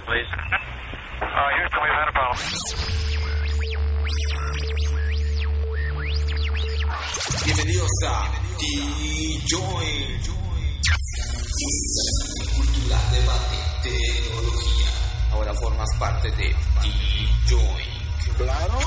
please. Houston, we've had a problem. Bienvenidos a T-Join, cultura, debate, tecnología. Ahora formas parte de T-Join. Claro.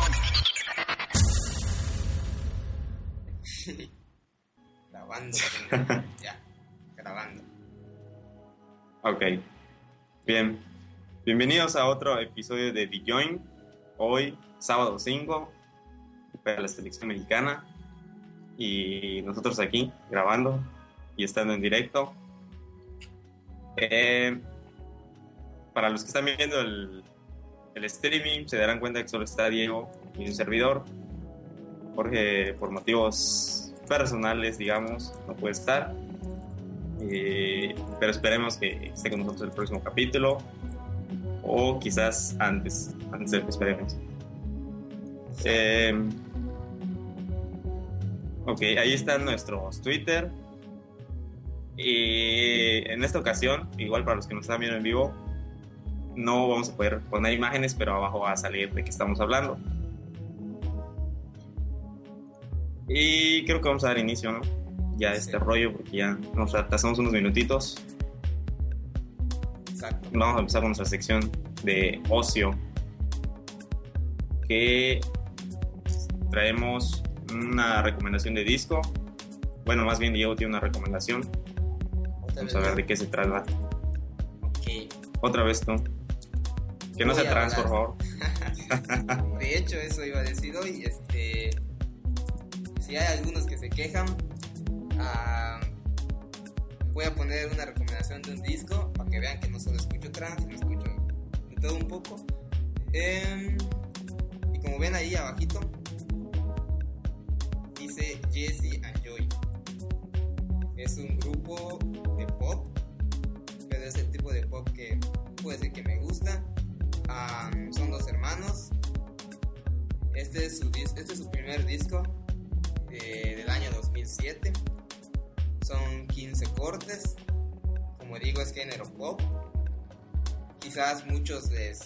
Grabando. Ya, grabando. Ok, bien. Bienvenidos a otro episodio de T-Join. Hoy, sábado 5, para la selección mexicana. Y nosotros aquí, grabando y estando en directo. Para los que están viendo el streaming, se darán cuenta que solo está Diego y un servidor. Jorge, por motivos personales, digamos, no puede estar. Pero esperemos que esté con nosotros el próximo capítulo. O quizás antes de lo que esperemos. Ok, ahí están nuestros Twitter. Y en esta ocasión, igual para los que nos están viendo en vivo, no vamos a poder poner imágenes, pero abajo va a salir de qué estamos hablando. Y creo que vamos a dar inicio, ¿no? Ya a este rollo, porque ya nos atrasamos unos minutitos. Exacto. Vamos a empezar con nuestra sección de ocio, que traemos una recomendación de disco. Bueno, más bien Diego tiene una recomendación. Vamos a ver de qué se trata. Ok. Otra vez tú. Que no Voy sea a trans, por hablar. favor. De hecho, eso iba a decir hoy. Si hay algunos que se quejan, voy a poner una recomendación de un disco para que vean que no solo escucho trance, sino escucho de todo un poco. Y como ven ahí abajito, dice Jesse and Joy. Es un grupo de pop, pero es el tipo de pop que puedo decir que me gusta. Son dos hermanos. Este es su primer disco del año 2007. Son 15 cortes. Como digo, es género pop. Quizás muchos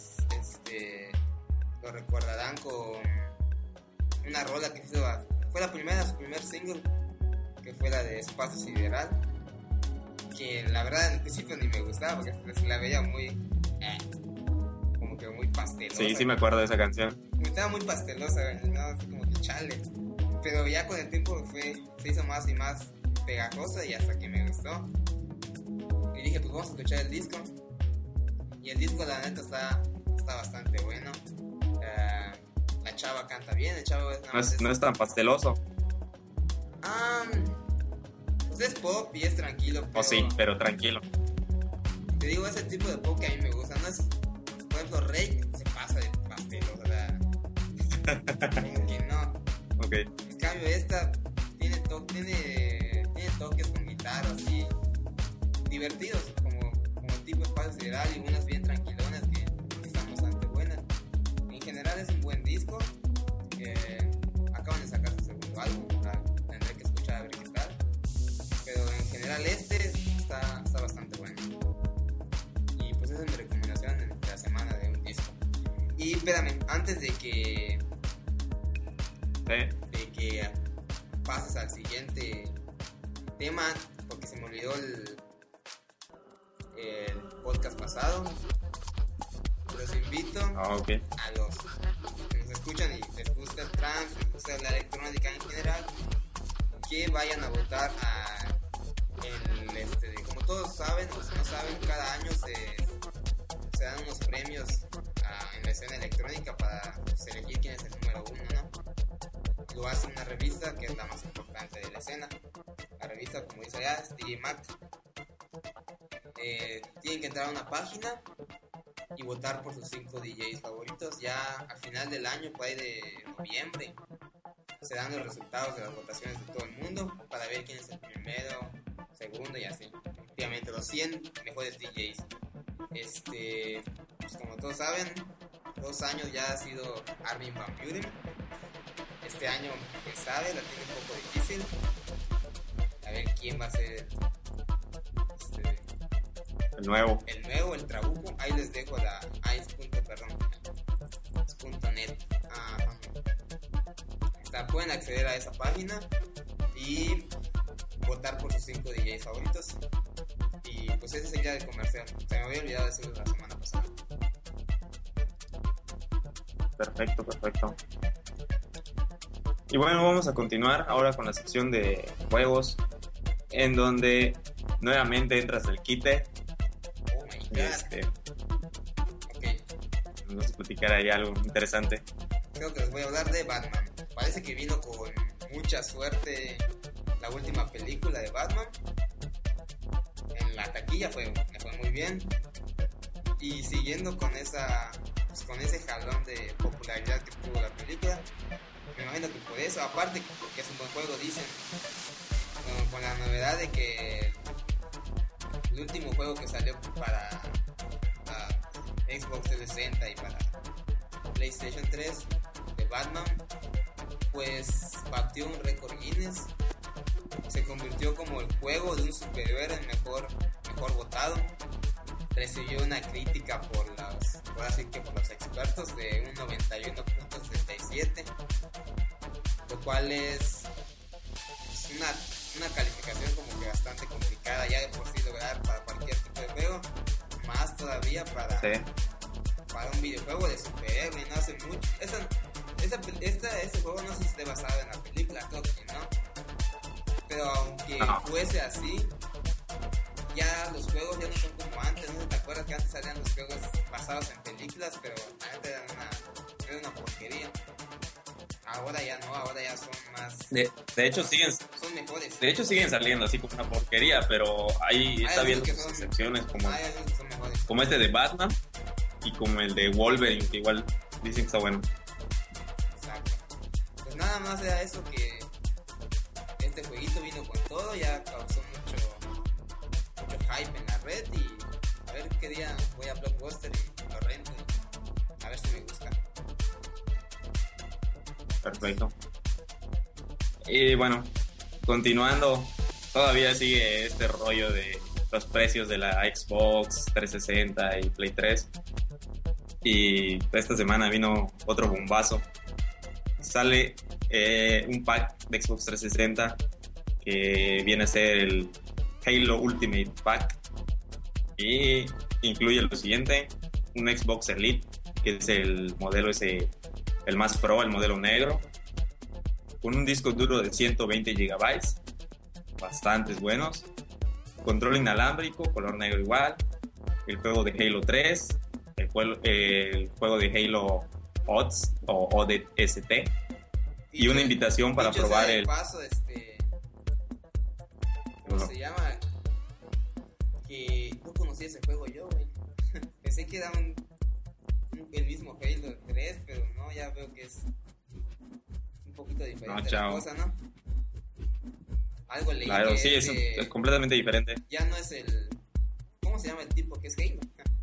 lo recordarán con una rola que hizo, fue su primer single, que fue la de Espacio Sideral, que la verdad en el principio ni me gustaba porque se la veía muy como que muy pastelosa. Sí, me acuerdo de esa canción. Estaba muy pastelosa, ¿no? Así como que chale. Pero ya con el tiempo se hizo más y más pegajosa y hasta que me gustó. Y dije, pues vamos a escuchar el disco. Y el disco, la neta, está bastante bueno. La chava canta bien, el chavo No es tan pasteloso. Pues es pop y es tranquilo. Pero, Sí, pero tranquilo. te digo, es el tipo de pop que a mí me gusta. No es, por ejemplo, Rake se pasa de pasteloso, ¿verdad? Como que no. Ok. En cambio esta tiene toques con guitarra así divertidos, como tipo Espacio Sideral, y unas bien tranquilonas que están bastante buenas. En general es un buen disco. Acaban de sacar su segundo álbum, tendré que escuchar a ver qué tal, pero en general está bastante bueno. Y pues esa es mi recomendación de la semana de un disco. Y espérame, antes de que pases al siguiente tema, porque se me olvidó el podcast pasado. Los invito a los que nos escuchan y les gusta el trance, les gusta la electrónica en general, que vayan a votar como todos saben, o si no saben, cada año se dan unos premios en la escena electrónica para elegir quién es el número uno, ¿no? Lo hace una revista que es la más importante de la escena. La revista, como dice allá, es DJ Mag. Tienen que entrar a una página y votar por sus 5 DJs favoritos. Ya al final del año, por ahí de noviembre, se dan los resultados de las votaciones de todo el mundo para ver quién es el primero, segundo y así. Obviamente los 100 mejores DJs. Pues como todos saben, 2 años ya ha sido Armin van Buuren. Este año, quién sabe, la tiene un poco difícil. A ver quién va a ser el nuevo, el trabuco. ahí les dejo la ice.net. Pueden acceder a esa página y votar por sus 5 DJs favoritos. Y pues ese sería el comercial. Se me había olvidado decirlo la semana pasada. Perfecto. Y bueno, vamos a continuar ahora con la sección de juegos, en donde nuevamente entras al quite. Oh my god. Ok. Vamos a platicar ahí algo interesante. Creo que les voy a hablar de Batman. Parece que vino con mucha suerte la última película de Batman. En la taquilla me fue muy bien. Y siguiendo con con ese jalón de popularidad que tuvo la película, me imagino que por eso, aparte porque es un buen juego, dicen, con la novedad de que el último juego que salió para Xbox 360 y para PlayStation 3 de Batman, pues batió un récord Guinness. Se convirtió como el juego de un superhéroe mejor votado. Recibió una crítica por los expertos de un 91.77, lo cual es una calificación como que bastante complicada ya de por sí lograr para cualquier tipo de juego, más todavía para un videojuego de superhéroe. No hace mucho. Ese juego no sé si esté basado en la película, creo que no. Pero aunque fuese así, ya los juegos ya no son como antes. ¿No te acuerdas que antes salían los juegos basados en películas? Pero antes era una porquería. Ahora ya no, ahora ya son más... De hecho son mejores. De hecho siguen saliendo así como una porquería, pero ahí está viendo sus excepciones como este de Batman y como el de Wolverine, que igual dicen que está bueno. Exacto. Pues nada más era eso, que este jueguito vino con todo, ya causó mucho hype en la red, y a ver qué día voy a Blockbuster y lo rento y a ver si me gusta. Perfecto. Y bueno, continuando, todavía sigue este rollo de los precios de la Xbox 360 y Play 3. Y esta semana vino otro bombazo. Sale un pack de Xbox 360 que viene a ser el Halo Ultimate Pack, y incluye lo siguiente: un Xbox Elite, que es el modelo el más pro, el modelo negro, con un disco duro de 120 GB, bastantes buenos, control inalámbrico, color negro igual, el juego de Halo 3, el juego de Halo ODST o ODST, y una invitación para probar el... paso, ¿cómo se llama? Que no conocí ese juego yo, güey. Pensé que era el mismo Halo 3, pero no, ya veo que es un poquito diferente la cosa, ¿no? Algo leí. Claro, que sí, es completamente diferente. Ya no es ¿cómo se llama el tipo que es Halo?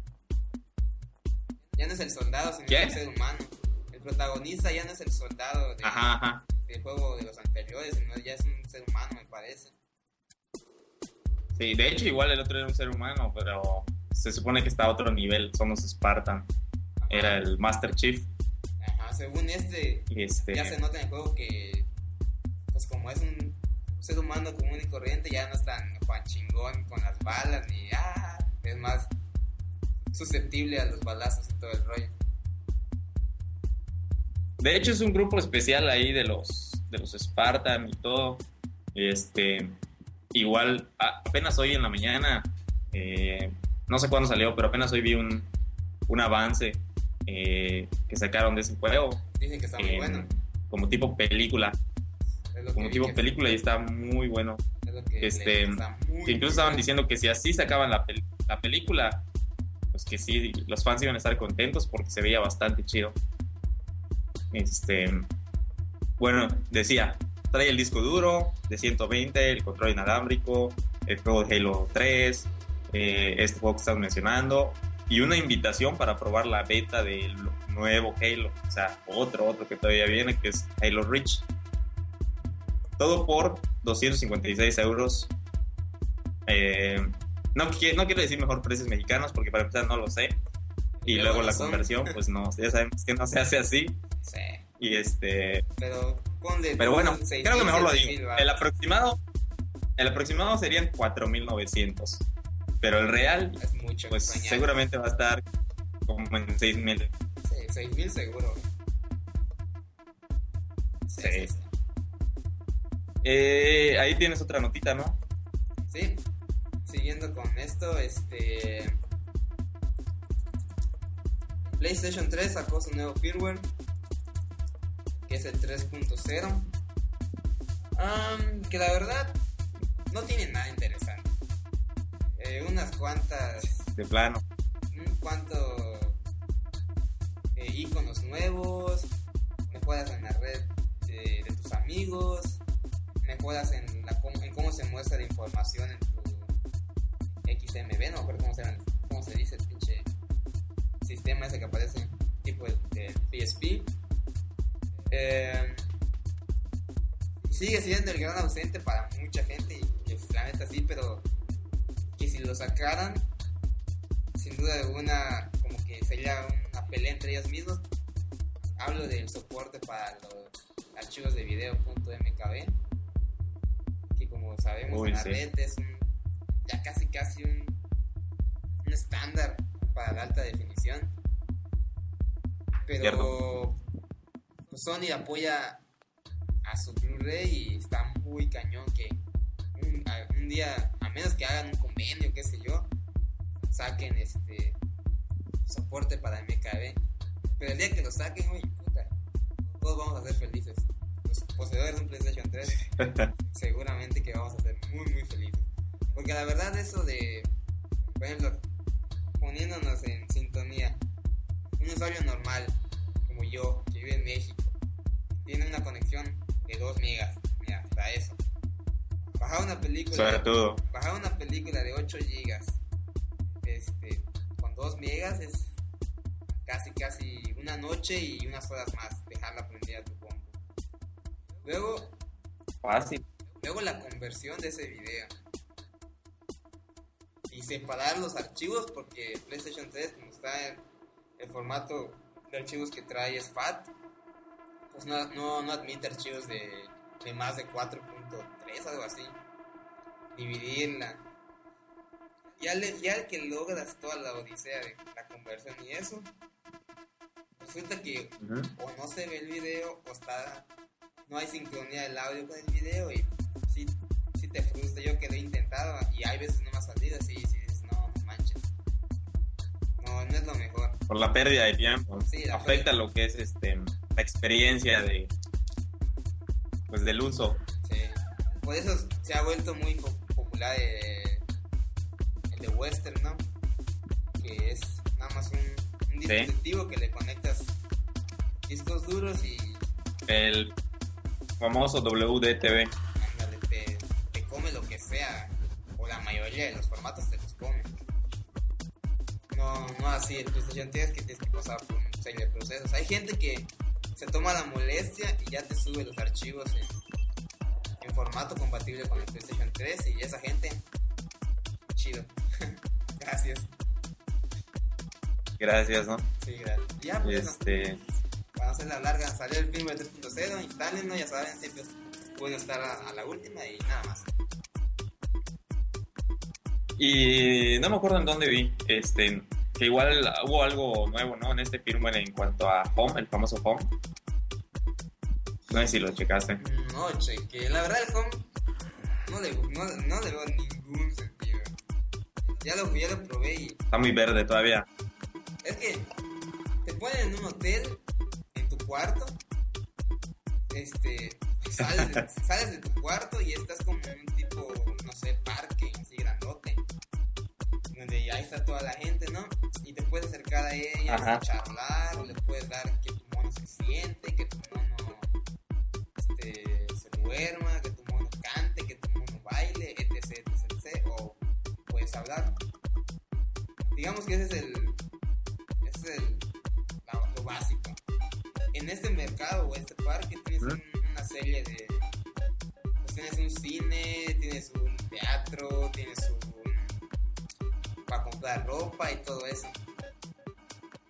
Ya no es el soldado, sino el ser humano. El protagonista ya no es el soldado del juego de los anteriores, sino ya es un ser humano, me parece. Sí, de hecho igual el otro era un ser humano, pero se supone que está a otro nivel, son los Spartan. Ajá. Era el Master Chief. Ajá, según ya se nota en el juego que, pues como es un ser humano común y corriente, ya no es tan chingón con las balas, ni es más susceptible a los balazos y todo el rollo. De hecho es un grupo especial ahí de los Spartan y todo. Igual apenas hoy en la mañana, no sé cuándo salió, pero apenas hoy vi un avance que sacaron de ese juego. Dicen que está muy bueno. Como tipo película. Película, y está muy bueno. Que incluso estaban diciendo que si así sacaban la película, pues que sí, los fans iban a estar contentos porque se veía bastante chido. Bueno, decía, trae el disco duro de 120, el control inalámbrico, el juego de Halo 3, este juego que estás mencionando, y una invitación para probar la beta del nuevo Halo, o sea, otro que todavía viene, que es Halo Reach. Todo por 256 euros. No quiero decir mejor precios mexicanos, porque para empezar no lo sé, y luego la conversión, pues no, ya sabemos que no se hace así. Sí. Y Pero bueno, 6,000, creo que mejor lo 7,000 digo. varos. El aproximado serían 4,900. Pero el real, Es mucho. pues soñar. seguramente va a estar como en 6,000. Sí, 6,000 seguro. Sí. Ahí tienes otra notita, ¿no? Sí, siguiendo con esto, PlayStation 3 sacó su nuevo firmware, que es el 3.0, que la verdad no tiene nada interesante. Unas cuantas, De plano. un cuanto iconos nuevos, mejoras en la red de tus amigos, mejoras en cómo se muestra la información en tu XMB, no me acuerdo cómo se dice el pinche sistema ese que aparece tipo de PSP. Sigue siendo el gran ausente para mucha gente, y que la neta sí, pero que si lo sacaran, sin duda alguna, como que sería una pelea entre ellos mismos. Hablo del soporte para los archivos de video.mkb, que como sabemos en la red es ya casi un estándar para la alta definición. Pero pues Sony apoya a su Blu-ray y está muy cañón que un día, a menos que hagan un convenio, qué sé yo, saquen soporte para MKB. Pero el día que lo saquen, uy, puta, todos vamos a ser felices. Los poseedores de un PlayStation 3 seguramente que vamos a ser muy muy felices. Porque la verdad eso de, por ejemplo, poniéndonos en sintonía, un usuario normal como yo, que vive en México, tiene una conexión de 2 megas, mira, hasta eso. Bajar una película de 8 gigas con 2 megas es casi una noche y unas horas más dejarla prendida a tu compu. Luego la conversión de ese video y separar los archivos, porque PlayStation 3, como está el formato de archivos que trae es FAT, pues no admite archivos de más de 4.3, algo así. Dividirla. Ya que logras toda la odisea de la conversión y eso, resulta que o no se ve el video o no hay sincronía del audio con el video, y sí te frustra. Yo que lo he intentado y hay veces no me ha salido, así dices, no manches, no es lo mejor. Por la pérdida de tiempo. Sí, afecta lo que es la experiencia del uso. Sí. Por eso se ha vuelto muy popular el de Western, ¿no? Que es nada más un dispositivo que le conectas discos duros y el famoso WDTV. Ándale, te come lo que sea, o la mayoría de los formatos te los come. No así el PlayStation 3, que tienes que pasar por un serie de procesos. Hay gente que se toma la molestia y ya te sube los archivos en formato compatible con el PlayStation 3, y esa gente, chido. Gracias, ¿no? Sí, gracias. Ya, pues, para hacer la larga, salió el firmware 3.0, instálenlo, ya saben, siempre pueden estar a la última y nada más. Y no me acuerdo en dónde vi, que igual hubo algo nuevo, ¿no? En este firmware en cuanto a Home, el famoso Home. No sé si lo checaste. No chequé, la verdad el Home no le veo ningún sentido. Ya lo probé y... Está muy verde todavía. Es que te ponen en un hotel, en tu cuarto, sales de tu cuarto y estás como en un tipo, no sé, parque así grandote, donde ya está toda la gente, ¿no? Y te puedes acercar a ella, a charlar, o le puedes dar que tu mono se siente, que tu mono se duerma, que tu mono cante, que tu mono baile, etc, o puedes hablar. Digamos que ese es lo básico. En este mercado o este parque tienes una serie de... Pues tienes un cine, tienes un teatro, tienes para comprar ropa y todo eso.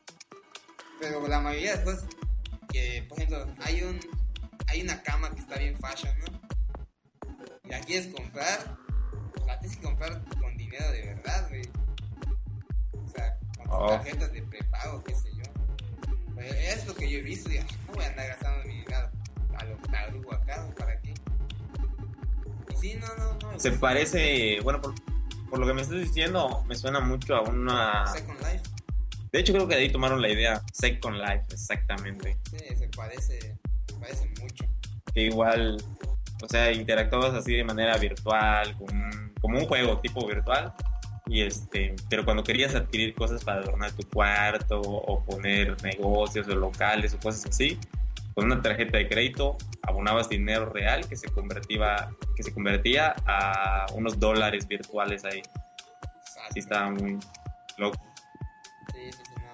Pero la mayoría de cosas que, por ejemplo, hay una cama que está bien fashion, ¿no? Y la quieres comprar, la tienes que comprar con dinero de verdad, güey. O sea, con tus tarjetas de prepago, qué sé yo. Pues es lo que yo he visto, y no voy a andar gastando mi dinero a lo tarugo acá, ¿para qué? Y sí, no. Se parece, bueno, por lo que me estás diciendo, me suena mucho a una... Second Life. De hecho, creo que de ahí tomaron la idea, Second Life, exactamente. Sí, se parece mucho. Que igual, o sea, interactuabas así de manera virtual, como un juego tipo virtual. Y pero cuando querías adquirir cosas para adornar tu cuarto o poner negocios o locales o cosas así, con una tarjeta de crédito abonabas dinero real que se convertía a unos dólares virtuales ahí. Así estaba muy loco. Sí,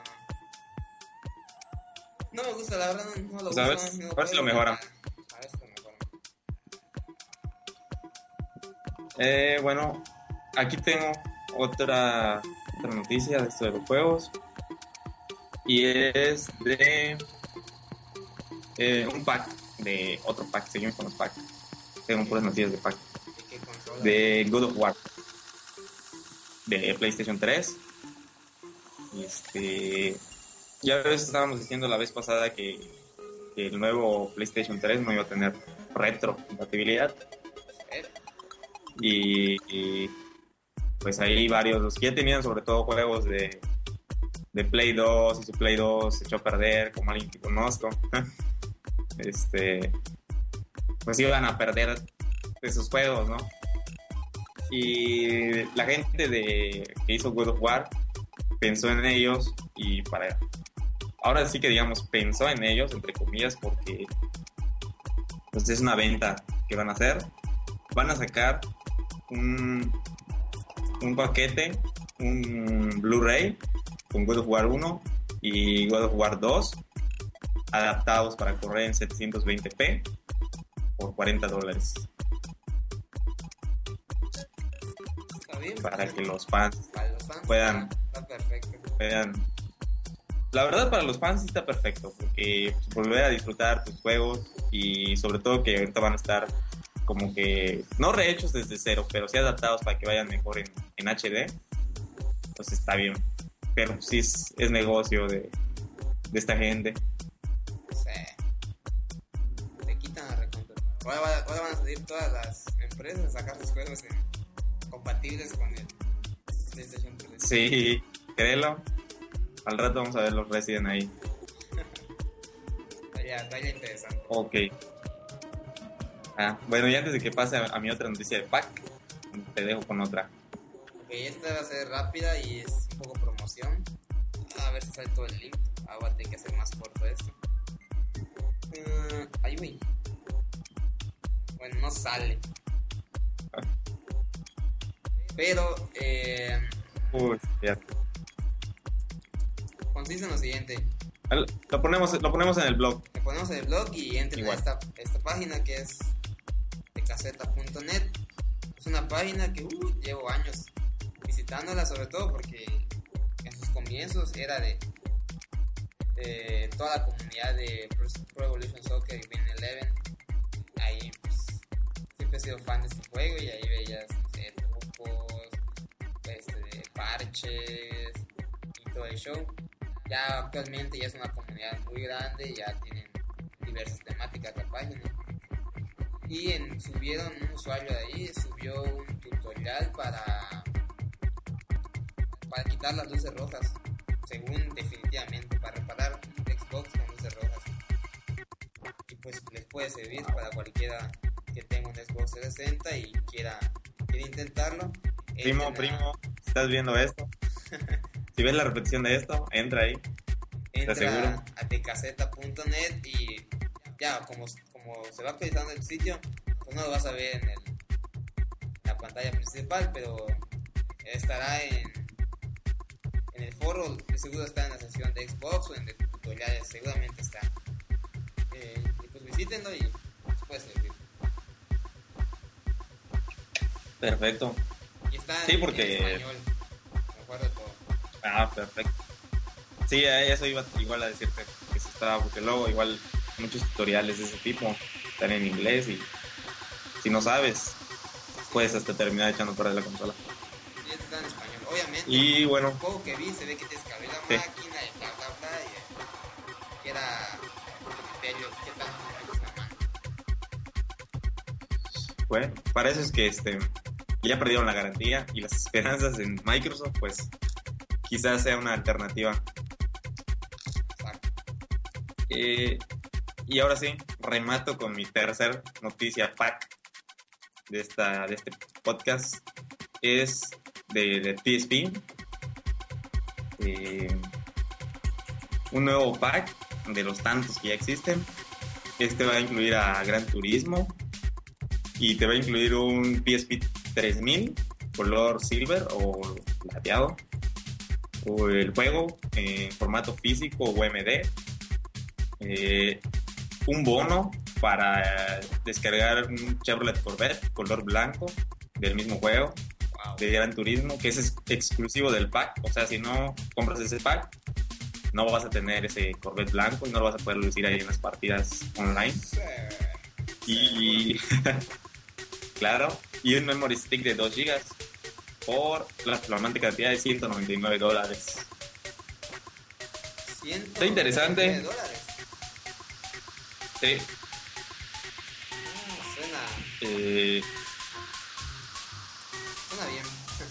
no me gusta, la verdad, no lo uso. A ver si lo mejoran. A ver si lo mejoran. Bueno, aquí tengo otra noticia de esto de los juegos. Y es de un pack, de otro pack. Seguimos con los packs. Tengo puras noticias de pack. ¿De qué consola? De God of War. De PlayStation 3. Ya ves, estábamos diciendo la vez pasada que el nuevo PlayStation 3 no iba a tener retrocompatibilidad. Y pues ahí varios, los que ya tenían sobre todo juegos de Play 2, y su Play 2 se echó a perder, como alguien que conozco, pues iban a perder esos juegos, ¿no? Y la gente que hizo God of War pensó en ellos y ahora sí que digamos pensó en ellos, entre comillas, porque pues es una venta que van a hacer. Van a sacar un paquete, un Blu-ray con God of War 1 y God of War 2 adaptados para correr en 720p por $40. Está bien, para que los fans puedan está perfecto. La verdad, para los fans sí está perfecto, porque pues, volver a disfrutar tus juegos, y sobre todo que ahorita van a estar como que no rehechos desde cero, pero sí adaptados para que vayan mejor en HD, pues está bien. Pero sí es negocio de esta gente. Sí. Te quitan la recompra. Ahora van a salir todas las empresas a sacar sus juegos compatibles con el PlayStation 3. Sí, créelo. Al rato vamos a ver los Resident ahí. Vaya interesante. Ok. Bueno, y antes de que pase a mi otra noticia de pack, te dejo con otra. Ok, esta va a ser rápida y es un poco promoción. A ver si sale todo el link. Ahora tengo que hacer más corto esto. Ay, güey. Bueno, no sale. Pero, ya. consiste en lo siguiente. Lo ponemos en el blog. Le ponemos en el blog y entren a esta página que es decaseta.net. Es una página que llevo años visitándola, sobre todo porque en sus comienzos era de toda la comunidad de Pro Evolution Soccer y Win Eleven. Ahí pues siempre he sido fan de este juego y ahí veías trucos, parches y todo el show. Ya actualmente ya es una comunidad muy grande, ya tienen diversas temáticas la página. Y subieron un usuario de ahí, subió un tutorial para quitar las luces rojas, según definitivamente, para reparar un Xbox con luces rojas. Y pues les puede servir para cualquiera que tenga un Xbox 360 y quiera intentarlo. Primo, ¿estás viendo esto? Si ves la repetición de esto, entra ahí. Entra a decaseta.net y ya, como se va actualizando el sitio, pues no lo vas a ver en la pantalla principal, pero estará en el foro, seguro está en la sección de Xbox o en el tutorial, seguramente está. Y pues visítenlo y les puede servir. Perfecto. Y está sí, porque... en español, me acuerdo de todo. Perfecto. Sí, eso iba igual a decirte que se estaba, porque luego igual muchos tutoriales de ese tipo están en inglés y si no sabes, puedes hasta terminar echando fuera de la consola. Y este está en español, obviamente. Y bueno, el juego que vi se ve que tienes que abrir la sí. máquina y bla bla bla y que era criterio, qué tanto metes la mano. Bueno, para eso es que ya perdieron la garantía y las esperanzas en Microsoft, pues quizás sea una alternativa. Exacto. Y ahora sí, remato con mi tercer noticia pack de este podcast. Es de PSP. Un nuevo pack de los tantos que ya existen. Este va a incluir a Gran Turismo y te va a incluir un PSP 3000 color silver o plateado, o el juego en formato físico o UMD, un bono para descargar un Chevrolet Corvette color blanco del mismo juego, Wow. de Gran Turismo, que es exclusivo del pack. O sea, si no compras ese pack, no vas a tener ese Corvette blanco y no lo vas a poder lucir ahí en las partidas online. Y claro, y un memory stick de 2 GB por la flamante cantidad de $199. Está interesante. $199. Sí. Suena bien.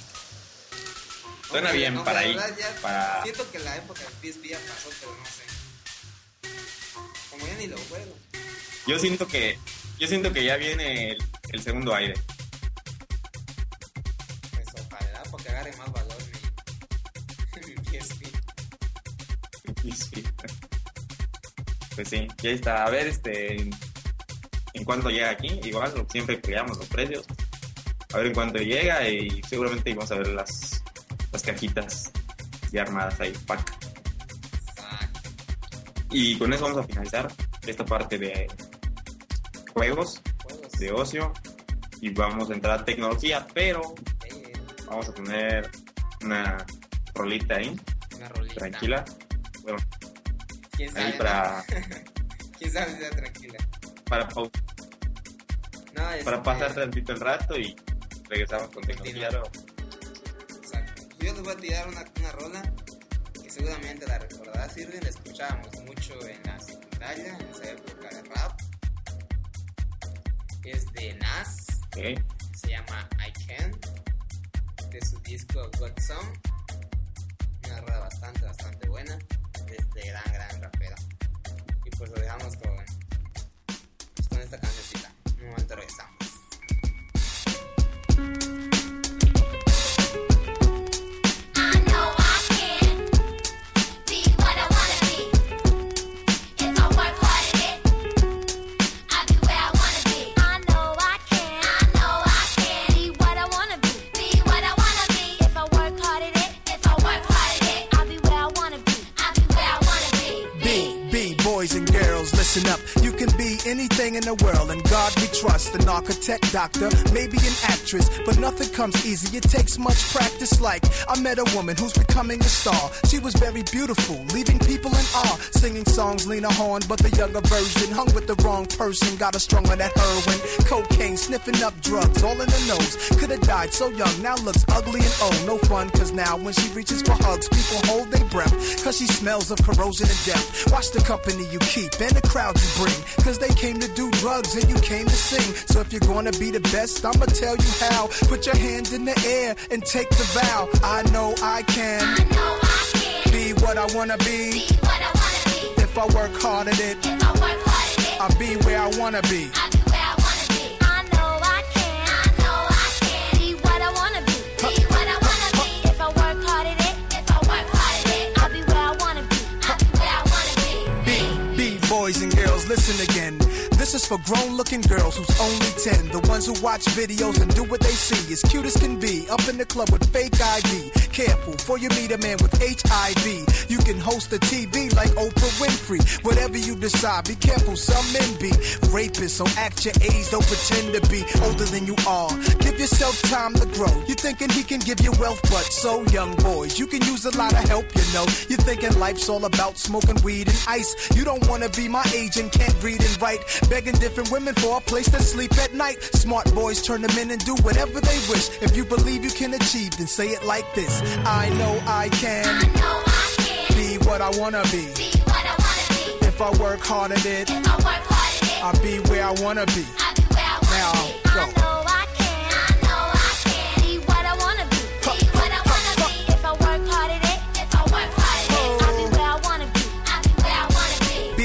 Suena bien Aunque para la ahí, verdad ya para- siento que la época del PSP ya pasó, pero no sé. Como ya ni lo juego. Yo siento que ya viene el segundo aire. Pues ojalá, porque agarre más valor mi PSP. Pues sí, ya está. A ver, en cuanto llega aquí, igual siempre peleamos los precios. A ver en cuánto llega y seguramente vamos a ver las cajitas ya armadas ahí, pack. Exacto. Y con eso vamos a finalizar esta parte de juegos, Juegos. de ocio, y vamos a entrar a tecnología, pero vamos a poner una rolita ahí, Una rolita. tranquila. Bueno, ¿Quién sabe? ahí para, ¿Quién sabe si sea tranquila? para, No, pasar tantito el rato y regresamos con tecnología. Continuar. Exacto. Yo les voy a tirar una rola que seguramente la recordarás, Irving. La escuchábamos mucho en la secundaria, en esa época de rap. Es de Nas, Ok. se llama I Can, de su disco God Song. Una rola bastante buena de este gran rapero. Y pues lo dejamos con esta cancioncita. Un momento regresamos. I know I can be what I wanna be. If I work hard at it, I'll be where I wanna be. I know I can be what I wanna be. Be what I wanna be. If I work hard at it, I'll be where I wanna be. I'll be where I wanna be. Boys and girls, listen up. You can be anything in the world, and God we trust. An architect, doctor, maybe an actress, but nothing comes easy. It takes much practice. Like I met a woman who's becoming a star. She was very beautiful, leaving people in awe. Singing songs, Lena Horne, but the younger version hung with the wrong person. Got her strung on that heroin, cocaine, sniffing up drugs, all in the nose. Could have died so young, now looks ugly and old. No fun, cause now when she reaches for hugs, people hold their breath, cause she smells of corrosion and death. Watch the company you keep and the crowd you bring, cause they came to do drugs and you came to sing. So if you're gonna be the best, I'ma tell you how. Put your hand in the air and take the vow. I know I can I know I can be what I wanna be. be what I wanna be. If I work hard at it, If I work hard at it, I'll be where I wanna be. I'll be where I wanna be. I know I can be what I wanna be. Be what I wanna be. If I work hard at it, I'll be where I wanna be. I'll be where I wanna be. Boys and girls, listen again. This is for grown-looking girls who's only 10. The ones who watch videos and do what they see. As cute as can be. Up in the club with fake ID. careful, for you meet a man with HIV. You can host a TV like Oprah Winfrey. Whatever you decide, be careful, some men be rapists, so act your age, don't pretend to be older than you are. Give yourself time to grow. You thinking he can give you wealth, but so young boys, you can use a lot of help, you know. You thinking life's all about smoking weed and ice. You don't wanna be my age and can't read and write, begging different women for a place to sleep at night. Smart boys turn them in and do whatever they wish. If you believe you can achieve, then say it like this: I know I can, I know I can be what I wanna be. be what I wanna be. If I work hard at it, If I work hard at it, I'll be where I wanna be. I'll be where I wanna Now, be. go. I know I can. I know I can be what I wanna be. Be what I wanna be. If I work hard at it, if I work hard at it, I'll be where I wanna be. I'll be where I wanna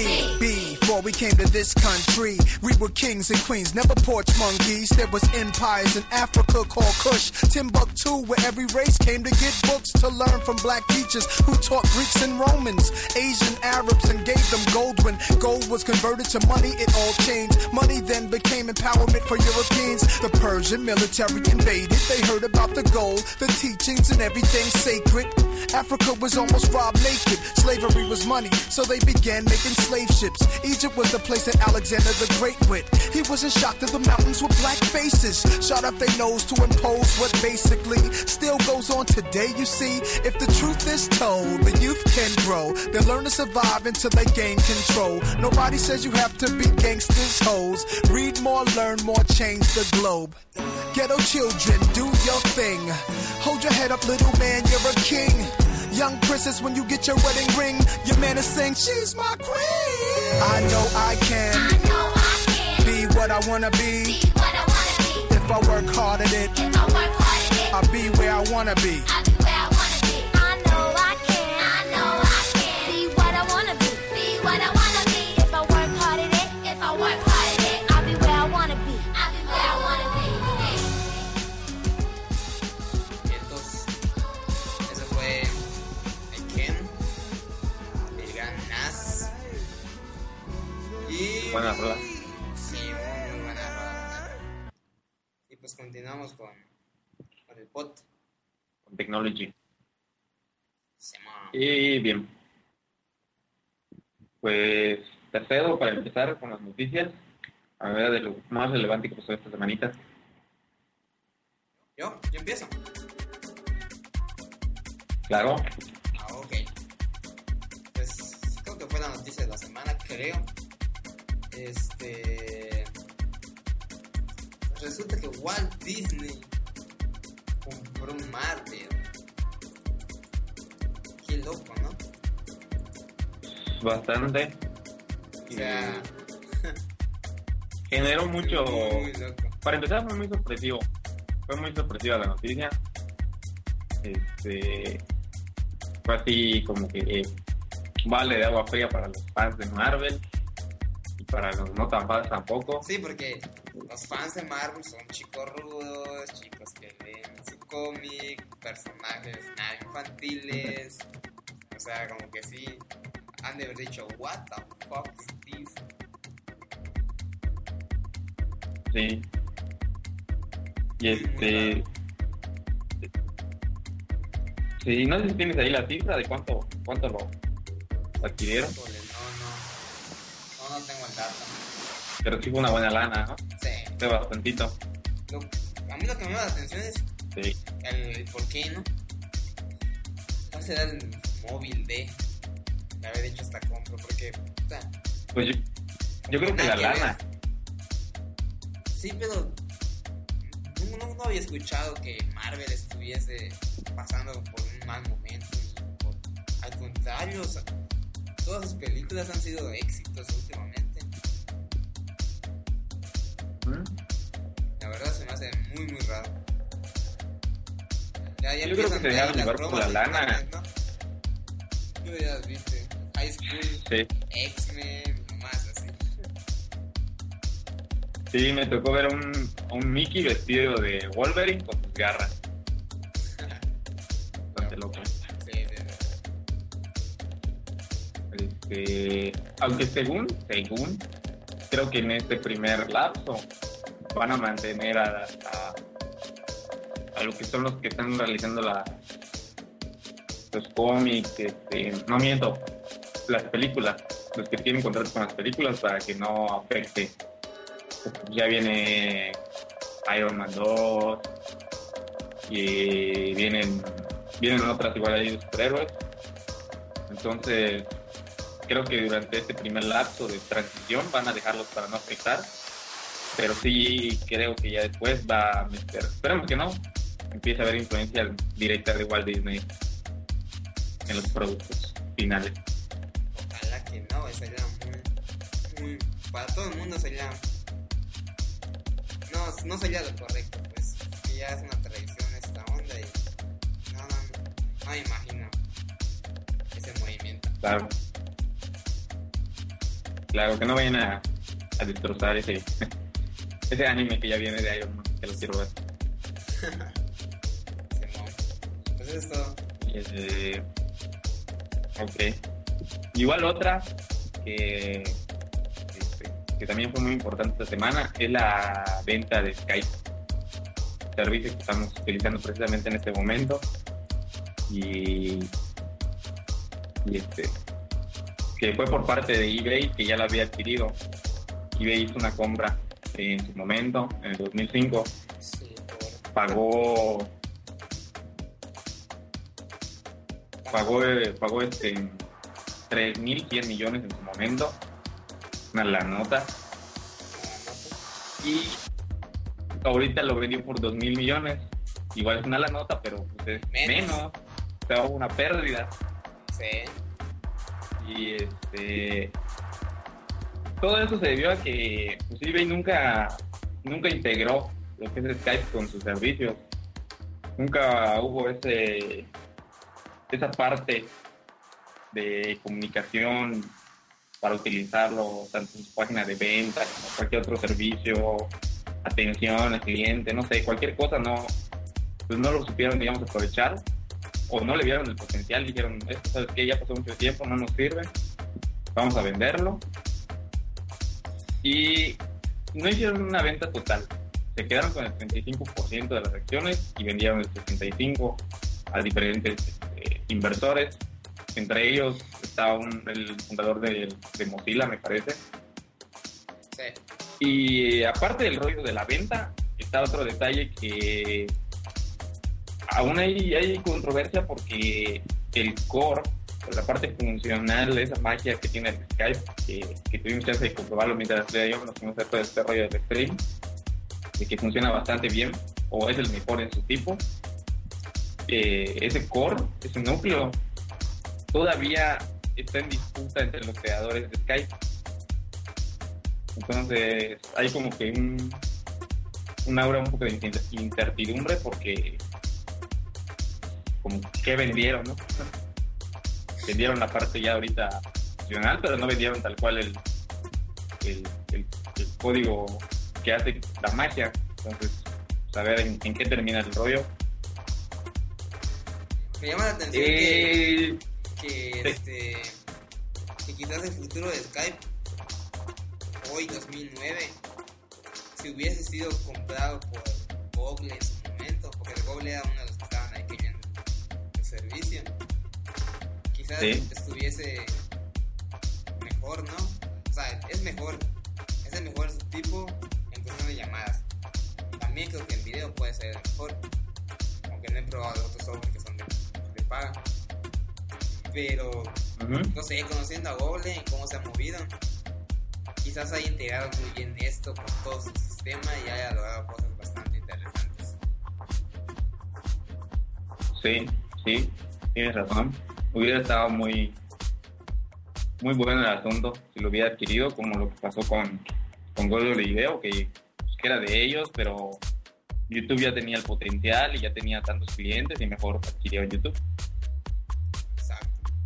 be. Before we came to this country, we were kings and queens, never porch monkeys. There was empires in Africa called Kush, Timbuktu, where every race came to get books to learn from black teachers who taught Greeks and Romans, Asian Arabs, and gave them gold. When gold was converted to money, it all changed. Money then became empowerment for Europeans. The Persian military invaded. They heard about the gold, the teachings, and everything sacred. Africa was almost robbed naked. Slavery was money, so they began making slave ships. Egypt was the place that Alexander the Great went. He wasn't shocked that the mountains with black faces shot up their nose to impose what basically still goes on today. You see, if the truth is told, the youth can grow. They learn to survive until they gain control. Nobody says you have to be gangsters, hoes. Read more, learn more, change the globe. Ghetto children, do your thing. Hold your head up, little man, you're a king. Young princess, when you get your wedding ring, your man is saying, she's my queen. I know I can I know I can be what I wanna be. be what I wanna be. If I work hard at it, If I work hard at it, I'll be where I wanna be. I'll be where I wanna be. I know I can. I know I can be what I wanna be. Be what I wanna be. If I work hard at it, if I work hard at it, I'll be where I wanna be. I'll be where I wanna be. Entonces, eso fue el Ken, el gran Nas. Y. Buena rola. Sí, muy buena rola. Y pues continuamos con el bot. Con Technology. Simón. Y bien. Pues tercero, para empezar con las noticias, a ver de lo más relevante que pasó esta semanita. ¿Yo empiezo. Claro, Ok. Pues creo que fue la noticia de la semana, creo. Resulta que Walt Disney compró Marvel. Qué loco, ¿no? bastante. O sea, Generó mucho. muy loco. Para empezar, fue muy sorpresivo. Fue muy sorpresiva la noticia. Fue así como que vale de agua fría para los fans de Marvel y para los no tan fans tampoco. Sí, porque los fans de Marvel son chicos rudos, chicos que leen su cómic, personajes nada infantiles. O sea, como que sí, han de haber dicho, what the fuck is this? Sí. Y sí, no sé si tienes ahí la cifra de cuánto lo adquirieron, Híjole, no tengo el dato. pero sí fue una buena lana, ¿no? Sí. Fue bastantito. A mí lo que me llama la atención es Sí. el por qué, ¿no? ¿Cuál será el móvil de haber hecho esta compra? Porque, o sea, Pues yo creo que la nada lana. ver. Sí, pero no había escuchado que Marvel estuviese pasando por un mal momento. Al contrario, o sea, todas sus películas han sido éxitos últimamente. La verdad se me hace muy, muy raro. Ya Yo creo que se dejaron llevar por la lana. ¿No? Yo ya viste High School, Sí. X-Men, más así. Sí, me tocó ver a un Mickey vestido de Wolverine con sus garras. Bastante loco. Sí. Aunque según, creo que en este primer lapso van a mantener a lo que son los que están realizando los cómics, no miento, las películas, los que tienen contratos con las películas para que no afecte. Ya viene Iron Man 2 y vienen otras igual ahí de superhéroes. Entonces creo que durante este primer lapso de transición van a dejarlos para no afectar, pero sí creo que ya después va a meter, esperemos que no, empieza a haber influencia directa de Walt Disney en los productos finales. Ojalá que no, sería muy, para todo el mundo sería, no sería lo correcto, pues, que ya es una tradición esta onda y no me imagino ese movimiento. Claro, que no vayan a destrozar ese anime que ya viene de Iron Man, que lo quiero ver. Pues eso es todo. Ok. Igual otra que también fue muy importante esta semana es la venta de Skype, servicio que estamos utilizando precisamente en este momento, y que fue por parte de eBay, que ya lo había adquirido. eBay hizo una compra en su momento, en el 2005. Sí, pagó 3.100 millones en su momento, una la nota, y ahorita lo vendió por 2.000 millones, igual es una la nota, pero pues es menos, o sea, una pérdida. Sí. Y todo eso se debió a que pues, eBay nunca integró lo que es Skype con sus servicios. Nunca hubo esa parte de comunicación para utilizarlo tanto en su página de venta como cualquier otro servicio, atención al cliente, no sé, cualquier cosa, pues no lo supieron, digamos, aprovechar, o no le vieron el potencial, dijeron, esto, ¿sabes qué? Ya pasó mucho tiempo, no nos sirve, vamos a venderlo. Y no hicieron una venta total, se quedaron con el 35% de las acciones y vendieron el 65% a diferentes inversores. Entre ellos estaba el fundador de Mozilla, me parece. Sí. Y aparte del rollo de la venta, está otro detalle que aún hay controversia, porque el core, la parte funcional, esa magia que tiene el Skype, que tuvimos chance de comprobarlo mientras nos fuimos a hacer todo este rollo del stream, de que funciona bastante bien, o es el mejor en su tipo. Ese core, ese núcleo, todavía está en disputa entre los creadores de Skype. Entonces hay como que un aura un poco de incertidumbre, porque como que vendieron, ¿no? Vendieron la parte ya ahorita funcional, pero no vendieron tal cual el código que hace la magia. Entonces, saber en qué termina el rollo. Me llama la atención que quizás el futuro de Skype, hoy 2009, si hubiese sido comprado por Google en su momento, porque Google era uno de los que estaban ahí queriendo el servicio, quizás estuviese mejor, ¿no? O sea, es el mejor su tipo en cuestión de llamadas. También creo que en video puede ser mejor, aunque no he probado otros software que son de paga. Pero, no sé, conociendo a Google y cómo se ha movido, quizás haya integrado muy bien esto con todo su sistema y haya logrado cosas bastante interesantes. Sí, tienes razón. Hubiera estado muy bueno el asunto si lo hubiera adquirido, como lo que pasó con Google Video, que era de ellos, pero YouTube ya tenía el potencial y ya tenía tantos clientes y mejor adquirió YouTube. Exacto.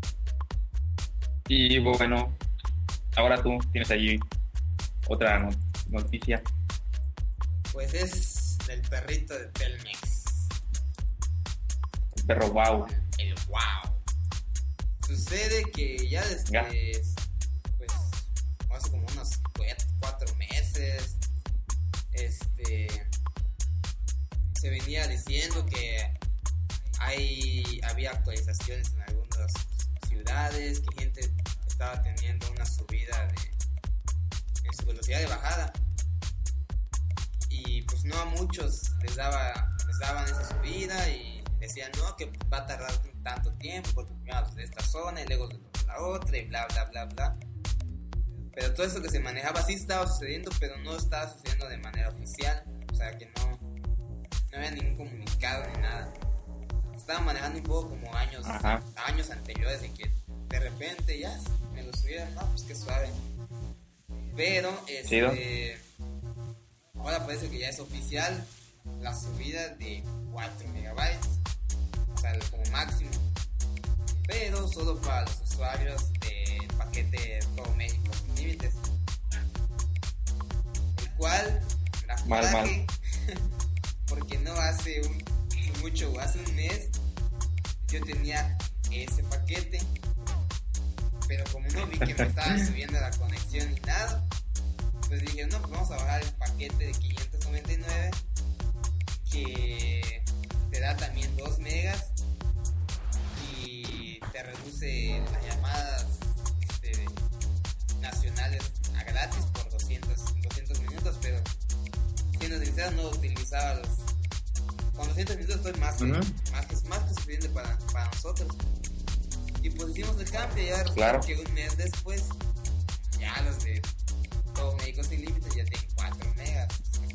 Y bueno, ahora tú tienes allí otra noticia. Pues es del perrito de Telmex. El perro wow. El wow. Sucede que ya desde pues hace como unos 4 meses se venía diciendo que había había actualizaciones en algunas ciudades, que gente estaba teniendo una subida en su velocidad de bajada. Y pues no a muchos les daban esa subida y decían no, que va a tardar tanto tiempo porque primero de esta zona y luego de la otra y bla bla bla bla. Pero todo eso que se manejaba sí estaba sucediendo, pero no estaba sucediendo de manera oficial. O sea que no había ningún comunicado ni nada. Estaba manejando un poco como años anteriores de que de repente ya me lo subieron, no, pues qué suave. Pero ahora parece que ya es oficial la subida de 4 megabytes, o sea, como máximo, pero solo para los usuarios del paquete Todo México Sin Límites, el cual Mal. porque no hace un mes yo tenía ese paquete, pero como no vi que me estaban subiendo la conexión ni nada, pues dije, no, pues vamos a bajar el paquete de 599 que te da también 2 megas y te reduce las llamadas nacionales a gratis por 200 minutos, pero siendo sincero no utilizaba los... Con 200 minutos estoy más que suficiente para nosotros. Y pues hicimos el cambio y ahora claro, que un mes después ya los de Todo México Sin Límites ya tienen 4 megas.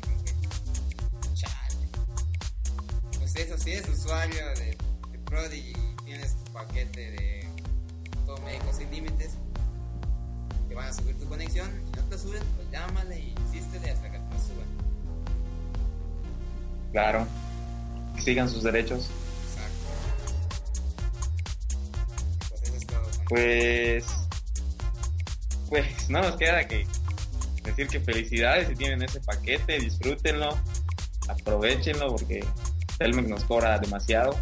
Chale. Pues eso, si eres usuario de Prodigy y tienes tu paquete de Todo México Sin Límites, te van a subir tu conexión. Si no te suben, pues llámale y insístele hasta que te suban. claro, que sigan sus derechos. Pues no nos queda que decir que felicidades si tienen ese paquete, disfrútenlo, aprovechenlo porque Telmex nos cobra demasiado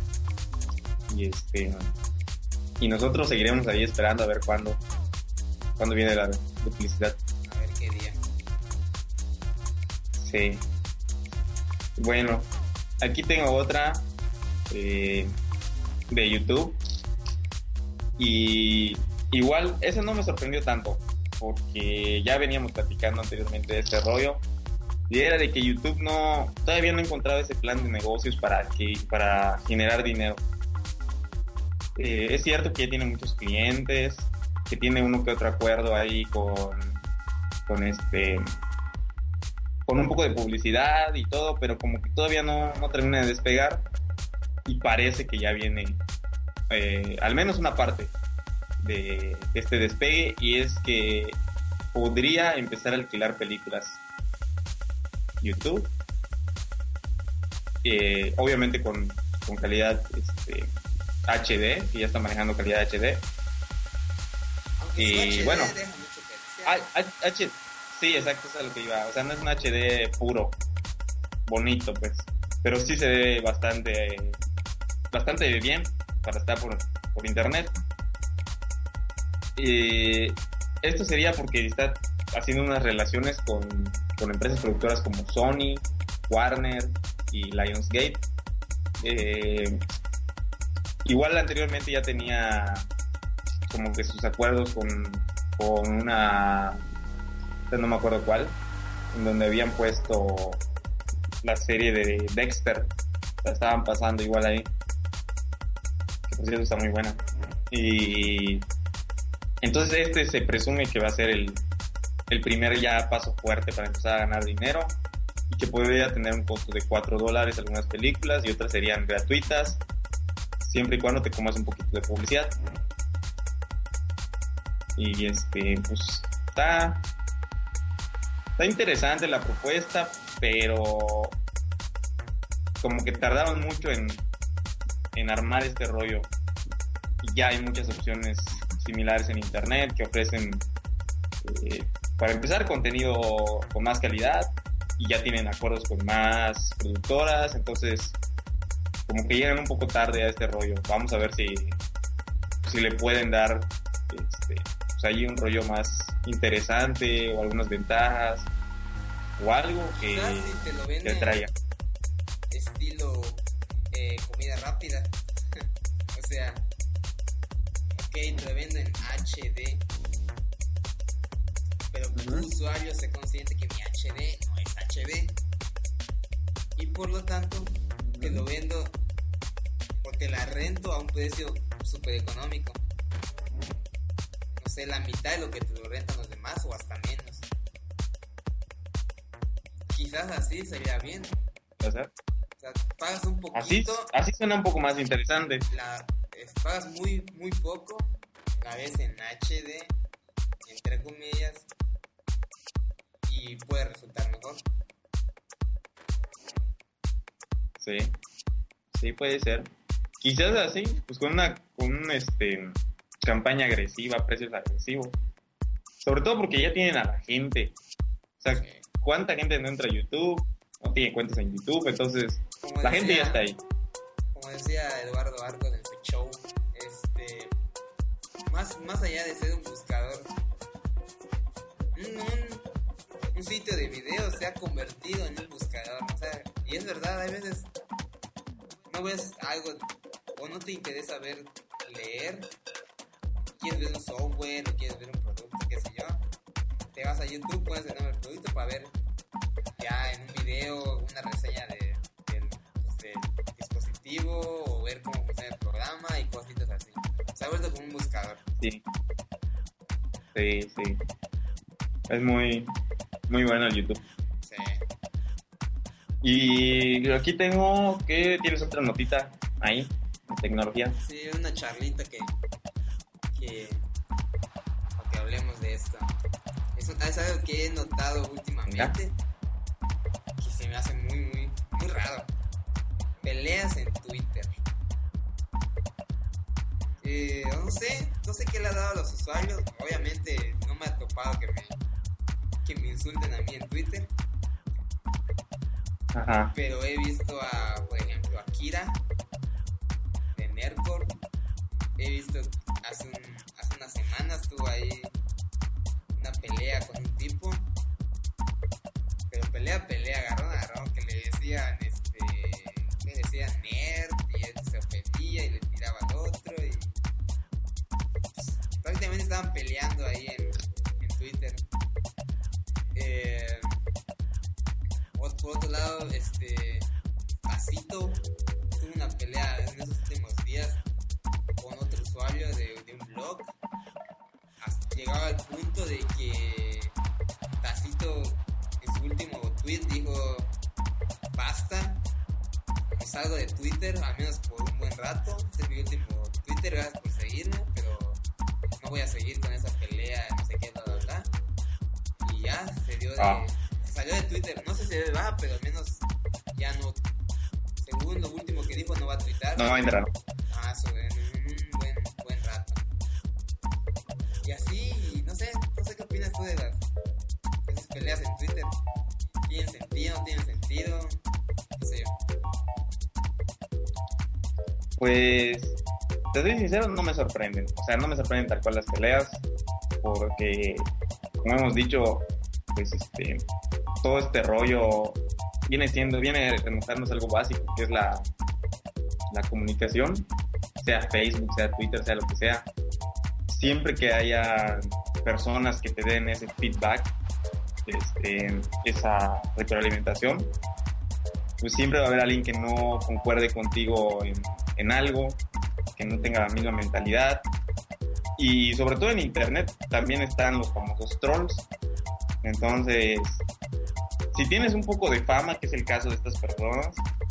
y nosotros seguiremos ahí esperando a ver cuándo viene la duplicidad. A ver qué día. Sí. Bueno, aquí tengo otra de YouTube. Y igual, ese no me sorprendió tanto, porque ya veníamos platicando anteriormente de este rollo, y era de que YouTube todavía no ha encontrado ese plan de negocios para generar dinero. Es cierto que ya tiene muchos clientes, que tiene uno que otro acuerdo ahí con un poco de publicidad y todo, pero como que todavía no termina de despegar, y parece que ya viene al menos una parte de este despegue, y es que podría empezar a alquilar películas YouTube, obviamente con calidad HD, que ya está manejando calidad HD. Aunque Y su HD bueno, deja mucho que desear. sí, exacto, eso es a lo que iba. O sea, no es un HD puro, bonito, pues, pero sí se ve bastante bien para estar por internet. Esto sería porque está haciendo unas relaciones con empresas productoras como Sony, Warner y Lionsgate. Igual anteriormente ya tenía como que sus acuerdos con una, no me acuerdo cuál, en donde habían puesto la serie de Dexter, la estaban pasando igual ahí, que por cierto está muy buena. Y entonces se presume que va a ser el primer ya paso fuerte para empezar a ganar dinero, y que podría tener un costo de $4 algunas películas, y otras serían gratuitas siempre y cuando te comas un poquito de publicidad. Y pues está interesante la propuesta, pero como que tardaron mucho en armar este rollo, y ya hay muchas opciones similares en internet que ofrecen para empezar contenido con más calidad, y ya tienen acuerdos con más productoras, entonces como que llegan un poco tarde a este rollo. Vamos a ver si le pueden dar pues ahí un rollo más interesante o algunas ventajas o algo que Si te lo venden traiga estilo comida rápida. O sea, ok, te lo vendo en HD, pero que tu usuario se consciente que mi HD no es HD. Y por lo tanto, te lo vendo o te la rento a un precio súper económico. No sé, la mitad de lo que te lo rentan los demás o hasta menos. Quizás así sería bien. O sea, O sea, pagas un así, poquito, así suena un poco más interesante. pagas muy poco, la ves en HD, entre comillas, y puede resultar mejor. Sí, sí puede ser. Quizás así, pues con una campaña agresiva, precios agresivos. Sobre todo porque ya tienen a la gente. O sea, Sí. ¿cuánta gente no entra a YouTube? No tiene cuentas en YouTube, entonces Como la gente decía- ya está ahí. Como decía Eduardo Arcos en su show, más allá de ser un buscador, un sitio de videos se ha convertido en un buscador. O sea, y es verdad, hay veces no ves algo o no te interesa leer, quieres ver un software o quieres ver un producto, qué sé yo, te vas a YouTube, pones el nombre del producto para ver ya en un video una reseña del dispositivo o ver cómo funciona el programa y cositas así. Se ha vuelto como un buscador. Sí. Sí, sí. Es muy, muy bueno el YouTube. Sí. Y aquí tengo que tienes otra notita ahí, de tecnología. Sí, una charlita que para que hablemos de esto. Es algo que he notado últimamente que se me hace muy raro. Peleas en Twitter. No sé qué le ha dado a los usuarios. Obviamente no me ha topado que me insulten a mí en Twitter. Ajá. Pero he visto por ejemplo, a Kira de Nerdcore. He visto hace unas semanas tuvo ahí una pelea con un tipo. Pero pelea, agarrón, que le decían, nerd, y él se ofendía y le tiraba al otro, y pues, prácticamente estaban peleando ahí en Twitter. Por otro lado, Pasito tuvo una pelea en esos últimos días con otro usuario de un blog. Llegaba al punto de que Tacito en su último tweet dijo: basta, me salgo de Twitter, al menos por un buen rato. Este es mi último Twitter, gracias por seguirme, pero no voy a seguir con esa pelea, no sé qué, bla bla bla. Y ya se dio se salió de Twitter, no sé si va, pero al menos ya no, según lo último que dijo, no va a tuitar. No entra, ¿no? En un buen rato. Y así, no sé qué opinas tú de esas peleas en Twitter. ¿Tienen sentido? ¿No tienen sentido? ¿Qué sé yo? Pues, te soy sincero, no me sorprenden. O sea, no me sorprenden tal cual las peleas, porque, como hemos dicho, pues todo este rollo viene a demostrarnos algo básico, que es la comunicación, sea Facebook, sea Twitter, sea lo que sea. Siempre que haya personas que te den ese feedback, esa retroalimentación, pues siempre va a haber alguien que no concuerde contigo en algo, que no tenga la misma mentalidad. Y sobre todo en internet también están los famosos trolls. Entonces, si tienes un poco de fama, que es el caso de estas personas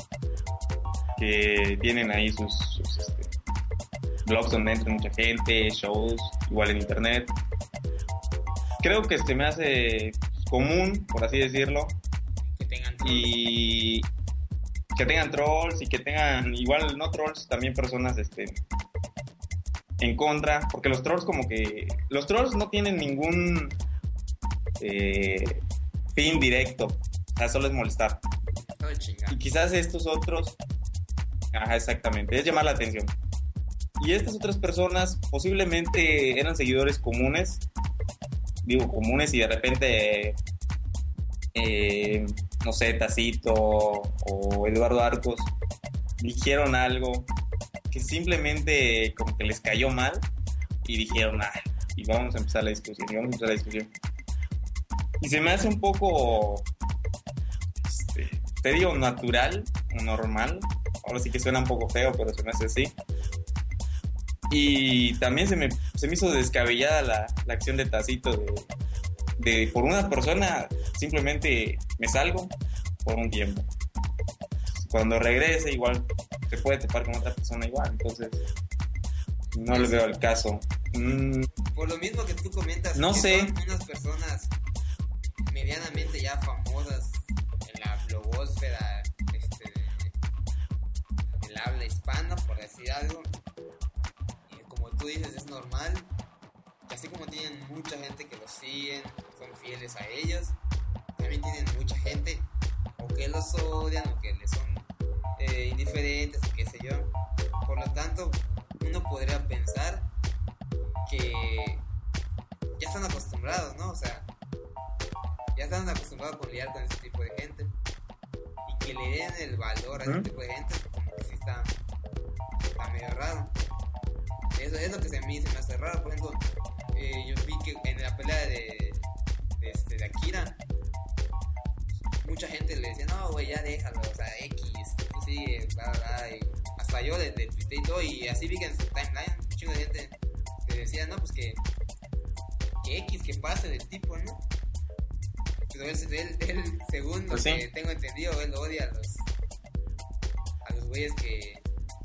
que tienen ahí sus blogs donde entra mucha gente, shows, igual en internet, creo que me hace común, por así decirlo, Que tengan trolls. y que tengan trolls y que tengan, igual no trolls, también personas en contra, porque los trolls no tienen ningún fin directo, o sea, solo es molestar. Todo chingado. Y quizás estos otros, ajá, exactamente, es llamar la atención. Y estas otras personas posiblemente eran seguidores comunes, y de repente, no sé, Tacito o Eduardo Arcos dijeron algo que simplemente como que les cayó mal y dijeron, ay, y vamos a empezar la discusión. Y se me hace un poco, te digo, natural o normal. Ahora sí que suena un poco feo, pero se me hace así. Y también se me hizo descabellada la acción de Tacito de por una persona simplemente me salgo por un tiempo. Cuando regrese igual se puede topar con otra persona igual, entonces no le veo el caso. Por lo mismo que tú comentas, no que sé. son unas personas medianamente ya famosas en la blogosfera, el habla hispana, por decir algo. Y como tú dices, es normal que así como tienen mucha gente que los siguen, son fieles a ellos, también tienen mucha gente o que los odian o que les son indiferentes o qué sé yo. Por lo tanto, uno podría pensar que ya están acostumbrados, ¿no? O sea, ya están acostumbrados a lidiar con ese tipo de gente y que le den el valor a ese tipo de gente, como que sí está medio raro. Eso es lo que a mí se me hace raro. Por ejemplo, yo vi que en la pelea de Akira, mucha gente le decía, no, güey, ya déjalo, o sea, X, tú sigue, bla, bla, y hasta yo le tuiteé y todo, y así vi que en su timeline, un chingo de gente le decía, no, pues que X, que pase del tipo, ¿no? Pero él según lo Pues sí. que tengo entendido, él odia a los güeyes que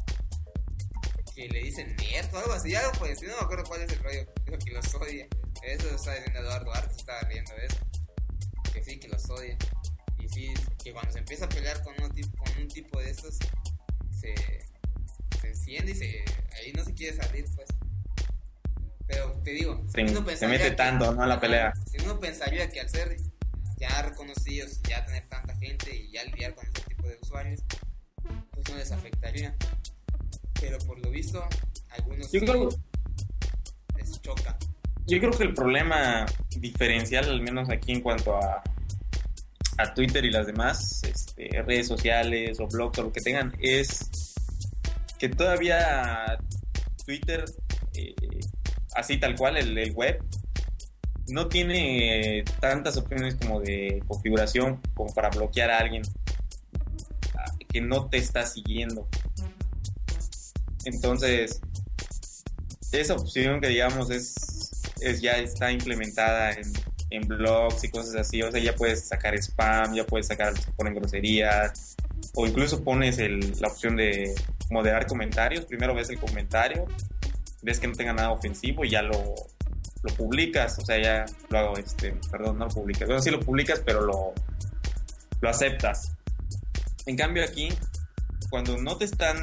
le dicen nerd o algo así, algo por decir, no me acuerdo cuál es el rollo, digo que los odia. Eso estaba diciendo Eduardo Artes, estaba riendo de eso, que sí, que los odia. Y sí, que cuando se empieza a pelear con un tipo de estos, se enciende y ahí no se quiere salir, pues. Pero te digo, Sí, uno se pensaría mete que- tanto, ¿no? A la pelea. Si uno pensaría que al ser ya reconocidos, ya tener tanta gente y ya lidiar con este tipo de usuarios, pues no les afectaría. Pero por lo visto, algunos Yo sí creo- les choca. Yo creo que el problema diferencial, al menos aquí en cuanto a Twitter y las demás redes sociales o blogs o lo que tengan, es que todavía Twitter, así tal cual, el web, no tiene tantas opciones como de configuración como para bloquear a alguien que no te está siguiendo. Entonces, esa opción que digamos es ya está implementada en blogs y cosas así. O sea, ya puedes sacar spam, ya puedes sacar, se ponen groserías, o incluso pones la opción de moderar comentarios. Primero ves el comentario, ves que no tenga nada ofensivo y ya lo publicas. O sea, ya lo hago, perdón, no lo publicas. Bueno, sí lo publicas, pero lo aceptas. En cambio aquí, cuando no te están,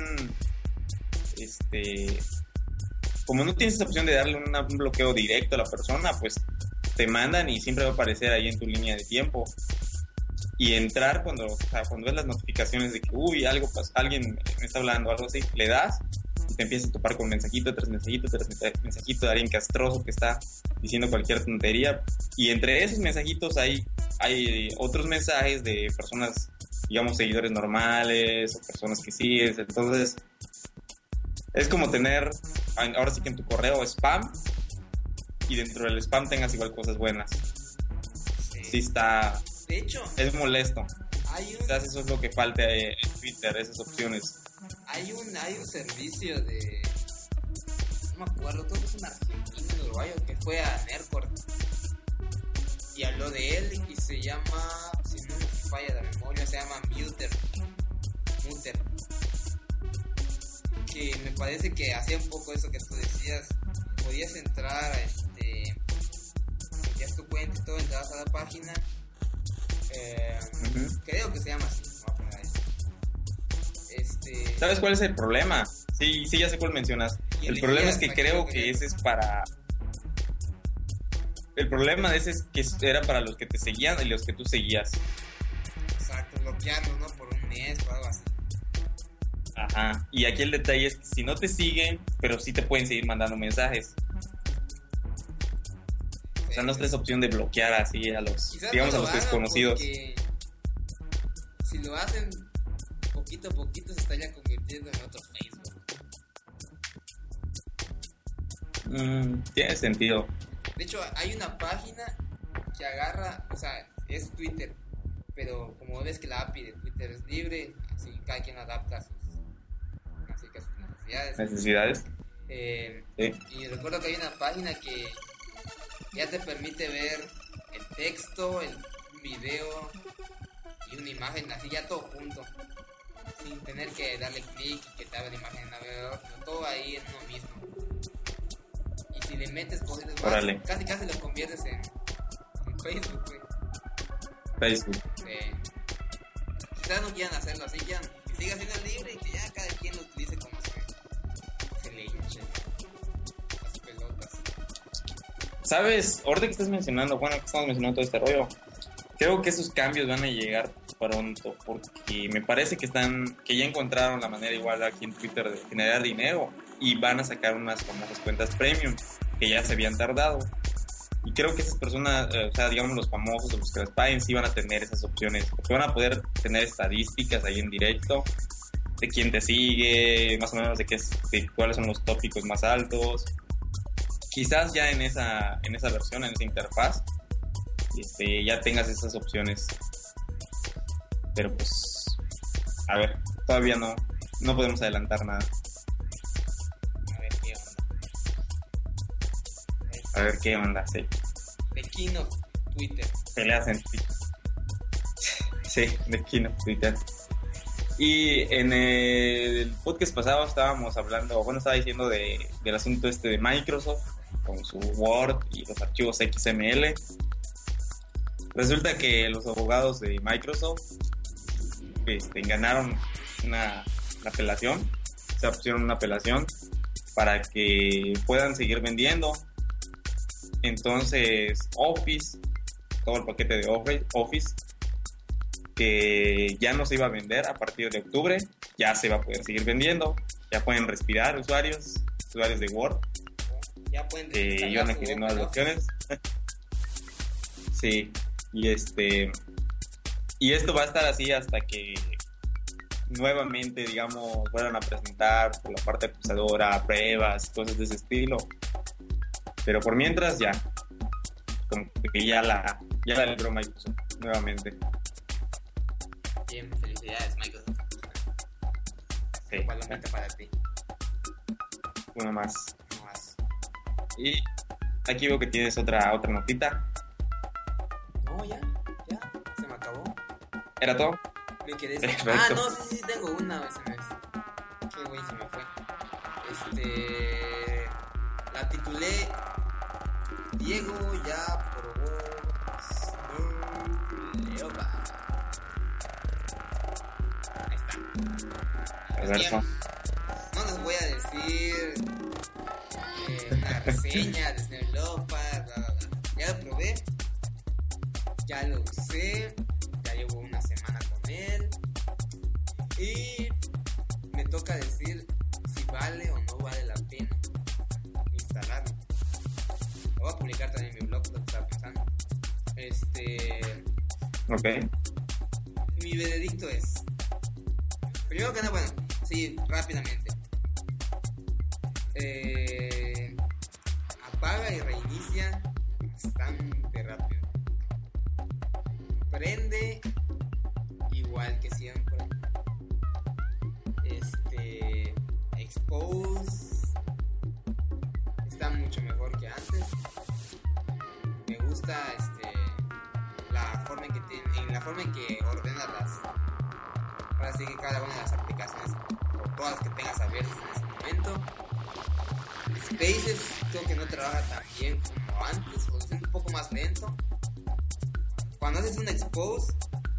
como no tienes esa opción de darle un bloqueo directo a la persona, pues te mandan y siempre va a aparecer ahí en tu línea de tiempo. Y entrar cuando ves las notificaciones de que, uy, algo pasa, alguien me está hablando, algo así, le das y te empiezas a topar con mensajito tras mensajito de alguien castroso que está diciendo cualquier tontería. Y entre esos mensajitos hay otros mensajes de personas, digamos, seguidores normales o personas que sigues. Entonces, es como tener, ahora sí que en tu correo, spam, y dentro del spam tengas igual cosas buenas. Sí está, De hecho, es molesto. hay un, Quizás eso es lo que falta en Twitter, esas opciones. hay un servicio de, no me acuerdo, creo que es un argentino, un uruguayo, que fue a Nerdcore y habló de él y se llama, si no me falla la memoria, se llama Muter, que me parece que hacía un poco eso que tú decías. Podías entrar a ya tu cuenta y todo, entrabas a la página, creo que se llama así, me voy a poner ahí. ¿Sabes cuál es el problema? Sí, ya sé cuál mencionas. Y El problema es que elegías creo aquello que ese es para... El problema de ese es que era para los que te seguían y los que tú seguías. Exacto, bloquearlo, ¿no? Por un mes o algo así. Ajá. Y aquí el detalle es que si no te siguen, pero sí te pueden seguir mandando mensajes. O sea, no está esa opción de bloquear así a los, Quizás digamos, no a lo los hagan desconocidos. porque si lo hacen poquito a poquito se estaría convirtiendo en otro Facebook. Tiene sentido. De hecho, hay una página que agarra, o sea, es Twitter, pero como ves que la API de Twitter es libre, así cada quien adapta a sus necesidades. Necesidades. Sí. Y recuerdo que hay una página que ya te permite ver el texto, el video y una imagen, así ya todo junto, sin tener que darle clic y que te abra la imagen en el navegador, sino todo ahí en uno mismo. Y si le metes cosas más, Órale. casi lo conviertes en Facebook, güey. Facebook. Quizás no quieran hacerlo así, ya que siga siendo libre y que ya cada quien lo utilice como se le hinche las pelotas. ¿Sabes? Ahorita que estás mencionando, bueno, que estamos mencionando todo este rollo, creo que esos cambios van a llegar pronto, porque me parece que ya encontraron la manera igual aquí en Twitter de generar dinero y van a sacar unas famosas cuentas premium que ya se habían tardado. Y creo que esas personas, o sea, digamos los famosos o los que les paguen, sí van a tener esas opciones, porque van a poder tener estadísticas ahí en directo de quién te sigue, más o menos de cuáles son los tópicos más altos. Quizás ya en esa versión, en esa interfaz, ya tengas esas opciones. Pero pues, a ver, todavía no podemos adelantar nada. A ver qué onda, sí. The King of Twitter. Peleas en Twitter. Sí, The King of Twitter. Y en el podcast pasado estaba diciendo del asunto de Microsoft con su Word y los archivos XML. Resulta que los abogados de Microsoft ganaron una apelación, se pusieron una apelación para que puedan seguir vendiendo. Entonces Office, todo el paquete de Office que ya no se iba a vender a partir de octubre, ya se va a poder seguir vendiendo, ya pueden respirar usuarios de Word, ya pueden iban a adquirir nuevas versiones. Sí, y esto va a estar así hasta que nuevamente, digamos, vuelvan a presentar por la parte acusadora pruebas, cosas de ese estilo. Pero por mientras ya, como que ya la libró Microsoft nuevamente. Bien, felicidades Microsoft. Sí. Palomita para ti. Uno más. No más. Y aquí veo que tienes otra notita. No, ya, se me acabó. ¿Era todo? Me quedé sin... Perfecto. no, sí, tengo una vez. Qué güey, se me fue. La titulé Diego ya probó Leopa. Ahí está. Reverso. No les voy a decir una reseña de Snow Leopard, bla, bla, bla. Ya lo probé, ya lo usé, ya llevo una semana con él y me toca decir si vale o no vale la pena instalarlo. Lo voy a publicar también en mi blog, lo que estaba pensando. Ok. Mi veredicto es, primero que nada, bueno, sí, rápidamente. Apaga y reinicia bastante rápido. Prende igual que siempre. Expose está mucho mejor que antes. Me gusta la forma en que ordena ahora sí que cada una de las aplicaciones o todas que tengas abiertas en ese momento. Spaces creo que no trabaja tan bien como antes, o es un poco más lento. Cuando haces un expose,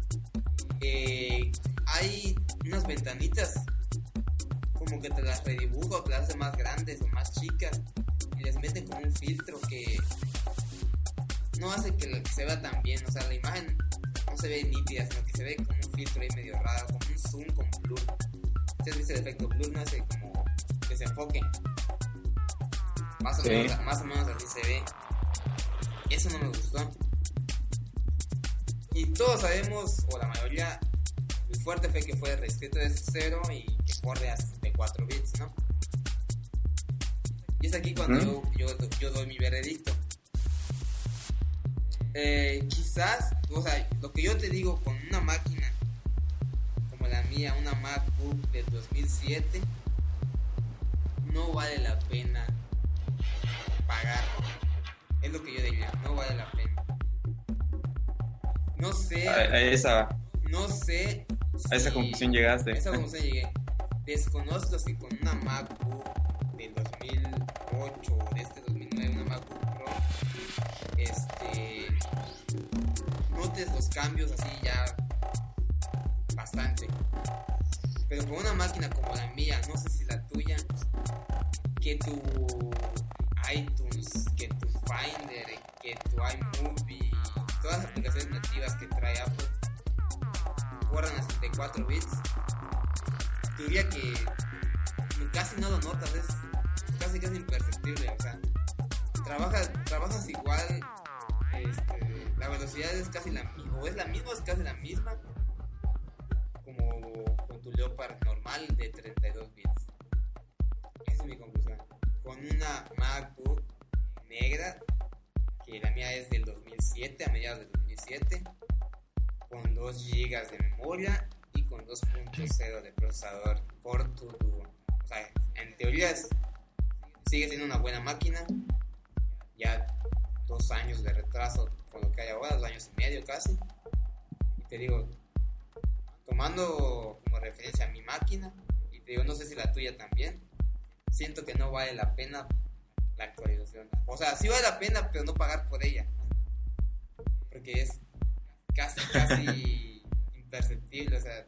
hay unas ventanitas como que te las redibuja o te las hace más grandes o más chicas y les meten como un filtro que no hace que se vea tan bien. O sea, la imagen no se ve nítida, sino que se ve como un filtro ahí medio raro, como un zoom con blur. ¿Sí has visto el efecto blur? No hace como desenfoque. Más o menos así se ve. Eso no me gustó. Y todos sabemos, o la mayoría, el fuerte fue que fue reescrito de 0 y que corre a 64 bits, ¿no? Y es aquí cuando yo doy mi veredicto. Quizás, o sea, lo que yo te digo, con una máquina como la mía, una MacBook de 2007, no vale la pena pagar. Es lo que yo diría, no vale la pena. No sé. A esa conclusión llegaste. A esa conclusión llegué. Desconozco si con una MacBook del 2008 o de este 2009, una MacBook Pro, notes los cambios así ya bastante. Pero con una máquina como la mía, no sé si la tuya, que tu iTunes, que tu Finder, que tu iMovie, todas las aplicaciones nativas que trae Apple corran a 64 bits, diría que casi no lo notas, es casi imperceptible. O sea, trabajas igual, la velocidad es casi la misma, o es la misma, o es casi la misma como con tu Leopard normal de 32 bits. Esa es mi conclusión. Con una MacBook negra, que la mía es del 2007, a mediados del 2007, con 2 GB de memoria y con 2.0 de procesador corto Duo. O sea, en teoría sigue siendo una buena máquina. Ya 2 años de retraso con lo que hay ahora, 2 años y medio casi. Y te digo, tomando como referencia a mi máquina, y te digo, no sé si la tuya también, siento que no vale la pena la actualización. O sea, sí vale la pena, pero no pagar por ella, porque es casi imperceptible. O sea,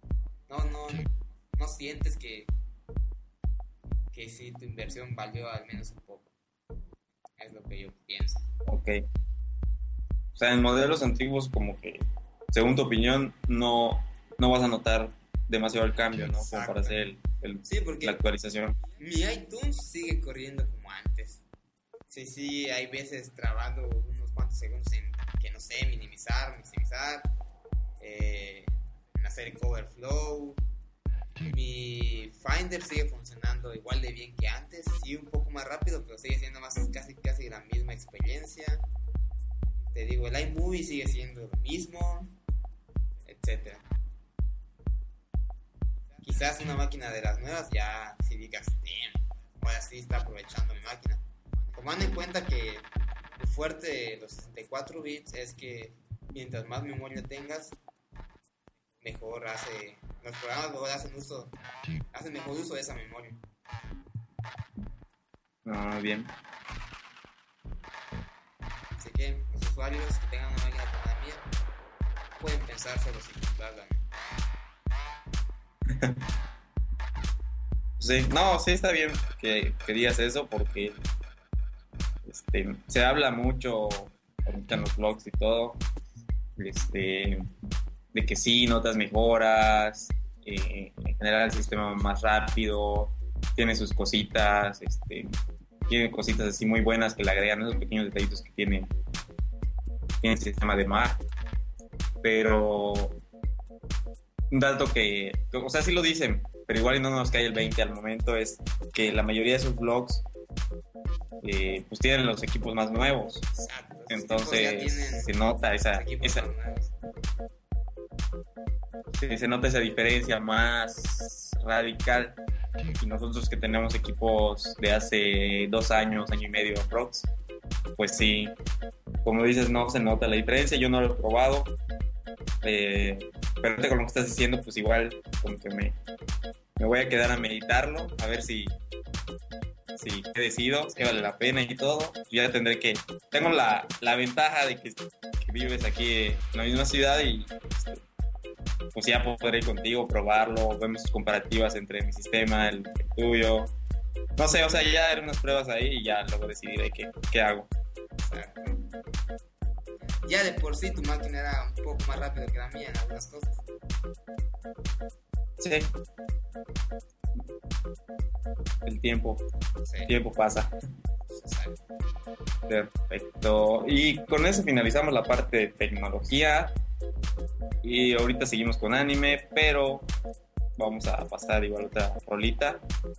no sientes que sí tu inversión valió al menos un poco. Es lo que yo pienso. Ok. O sea, en modelos antiguos, como que, según tu opinión, no vas a notar demasiado el cambio, ¿no? Como para hacer sí, porque la actualización. Mi iTunes sigue corriendo como antes. Sí, hay veces trabando unos cuantos segundos en que no sé, minimizar, maximizar, en hacer el overflow. Mi Finder sigue funcionando igual de bien que antes, sí, un poco más rápido, pero sigue siendo casi la misma experiencia. Te digo, el iMovie sigue siendo lo mismo, etcétera. Quizás una máquina de las nuevas ya si digas, ahora sí está aprovechando mi máquina. Tomando en cuenta que el fuerte de los 64 bits es que mientras más memoria tengas, mejor los programas luego hacen mejor uso de esa memoria. Bien. Así que los usuarios que tengan una máquina como la mía pueden pensárselo si comprarla. Sí está bien que digas eso, porque se habla mucho ahorita en los blogs y todo, de que sí notas mejoras, en general el sistema más rápido, tiene sus cositas, tiene cositas así muy buenas que le agregan, esos pequeños detallitos que tiene el sistema de Mac. Pero un dato que, o sea, sí lo dicen, pero igual no nos cae el 20 al momento, es que la mayoría de sus blogs pues tienen los equipos más nuevos. Exacto. Entonces se nota esa se nota esa diferencia más radical. Y nosotros que tenemos equipos de hace 2 años, año y medio aprox, pues sí, como dices, no se nota la diferencia. Yo no lo he probado, pero ahorita con lo que estás diciendo, pues igual como que me voy a quedar a meditarlo, a ver si decido, si vale la pena y todo. Ya tengo la ventaja de que vives aquí en la misma ciudad y pues ya podré ir contigo, probarlo, vemos comparativas entre mi sistema, el tuyo. No sé, o sea, ya haré unas pruebas ahí y ya luego decidiré qué hago. Exacto. Ya de por sí tu máquina era un poco más rápida que la mía en algunas cosas. Sí. El tiempo pasa. Exacto. Perfecto. Y con eso finalizamos la parte de tecnología. Y ahorita seguimos con anime, pero vamos a pasar igual otra rolita.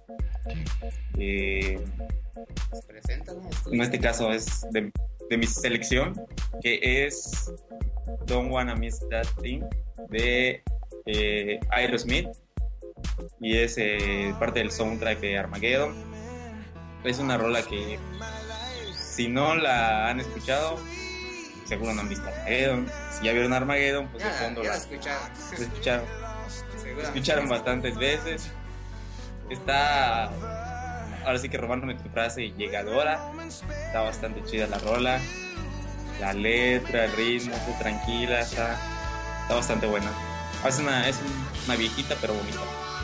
Pues preséntalo. En este caso es de mi selección, que es Don't Wanna Miss That Thing de Aerosmith, y es parte del soundtrack de Armageddon. Es una rola que, si no la han escuchado, seguro no han visto Armageddon. Si ya vieron Armageddon, pues de fondo ya la la escucharon. escucharon. Seguramente. Escucharon bastantes veces. Está, ahora sí que robándome tu frase, llegadora. Está bastante chida la rola. La letra, el ritmo, está tranquila, está bastante buena. Es una viejita pero bonita.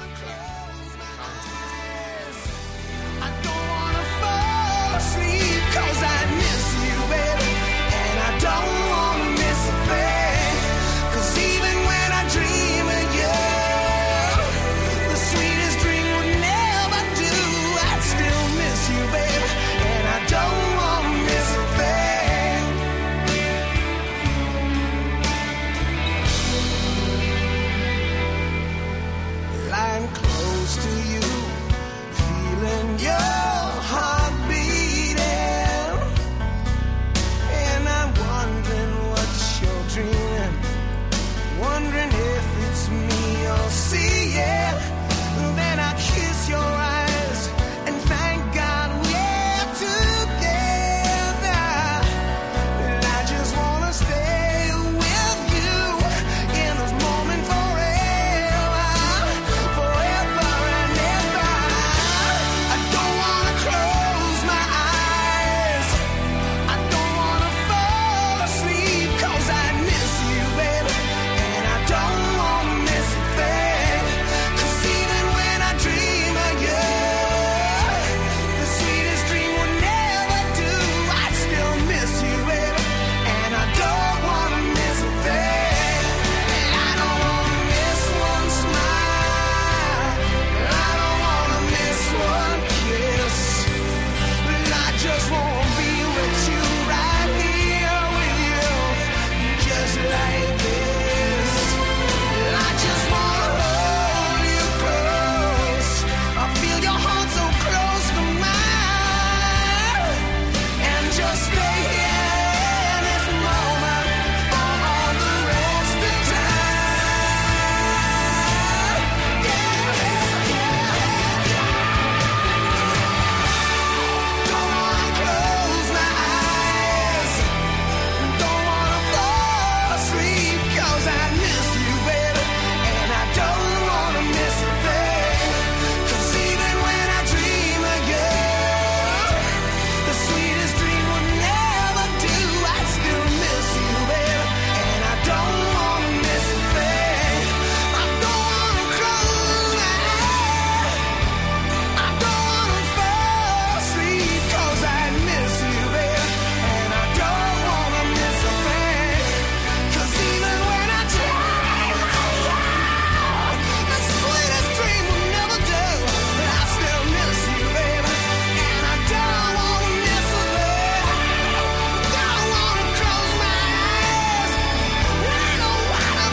I don't wanna fall asleep 'cause I miss you, baby. And I don't wanna miss a thing. 'Cause even when I dream of you, the sweetest dream would never do. I'd still miss you, baby. And I don't wanna miss a thing. Lying close to you, feeling your heart beating, and I'm wondering what you're dreaming, wondering if it's me you're seeing. Then I kiss your eyes and thank God we're together. And I just wanna stay with you in this moment forever, forever and ever. I don't wanna close my eyes, I don't wanna fall asleep 'cause I miss you, baby. And I don't wanna miss a thing. 'Cause even when I dream of you, the sweetest dream would never do. I'd still miss you, baby. And I don't wanna miss a thing. And I don't wanna miss one smile, I don't wanna miss one kiss. But I just wanna be with you, right here with you, just like this. I just wanna hold you close, I feel your heart so close to mine, and just stay here in this moment for all the rest of time. Don't wanna close my eyes, don't wanna fall asleep 'cause I miss you, baby. And I don't wanna miss a thing. 'Cause even when I dream of you, the sweetest dream would never do. I still miss you, baby. And I don't wanna miss a thing. I don't wanna close my eyes, I don't wanna fall asleep 'cause I miss you, baby. And I don't wanna miss a thing. 'Cause even when I dream of you, the sweetest dream will never do. I still miss you, baby. And I don't wanna miss a thing. Don't wanna close my eyes, I don't wanna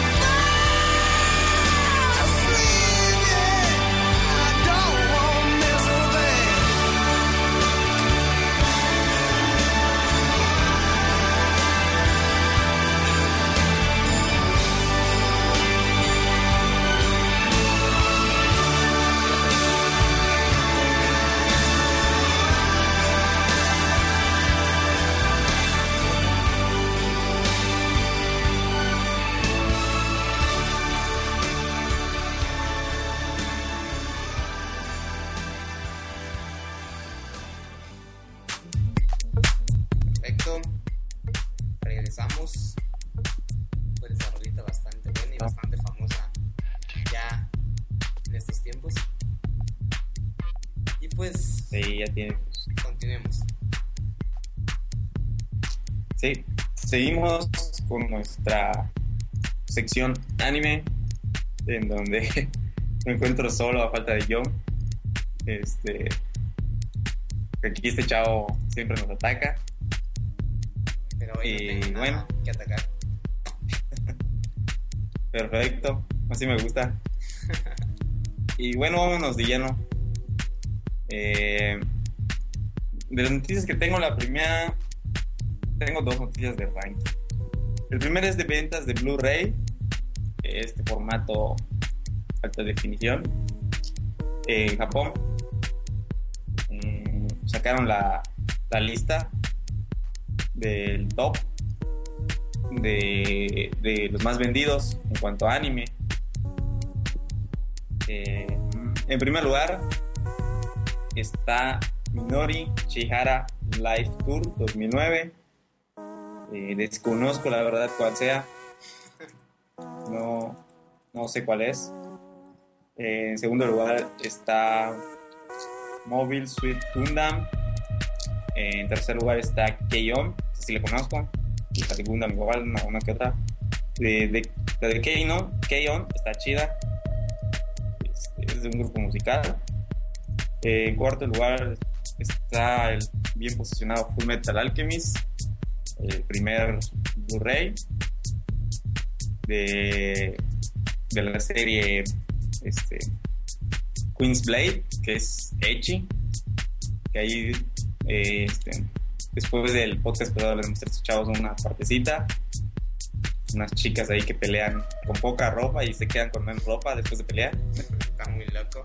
fall asleep, yeah. I don't wanna miss a thing. Perfecto. Regresamos. Pues esa rolita bastante buena y bastante famosa ya en estos tiempos. Y pues Sí, ya tiene. continuemos. Sí, seguimos con nuestra sección anime, en donde me encuentro solo a falta de John. Aquí este chavo siempre nos ataca. Pero hoy no Y tengo nada bueno. que atacar. Perfecto, así me gusta. Y bueno, vámonos de lleno. De las noticias que tengo, la primera... Tengo dos noticias de ranking. El primero es de ventas de Blu-ray, este formato alta definición. En Japón sacaron la lista del top de los más vendidos en cuanto a anime. En primer lugar está Minori Chihara Live Tour 2009. Desconozco la verdad cuál sea. No sé cuál es. En segundo lugar está Mobile Suit Gundam. En tercer lugar está Keion, si le conozco. Y la de Gundam igual, una que otra. La de Keion está chida. Es de un grupo musical. En cuarto lugar está el bien posicionado Full Metal Alchemist, el primer Blu-ray de la serie Queen's Blade, que es ecchi, que ahí después del podcast pasado les mostré a estos chavos una partecita, unas chicas ahí que pelean con poca ropa y se quedan con menos ropa después de pelear. Está muy loco.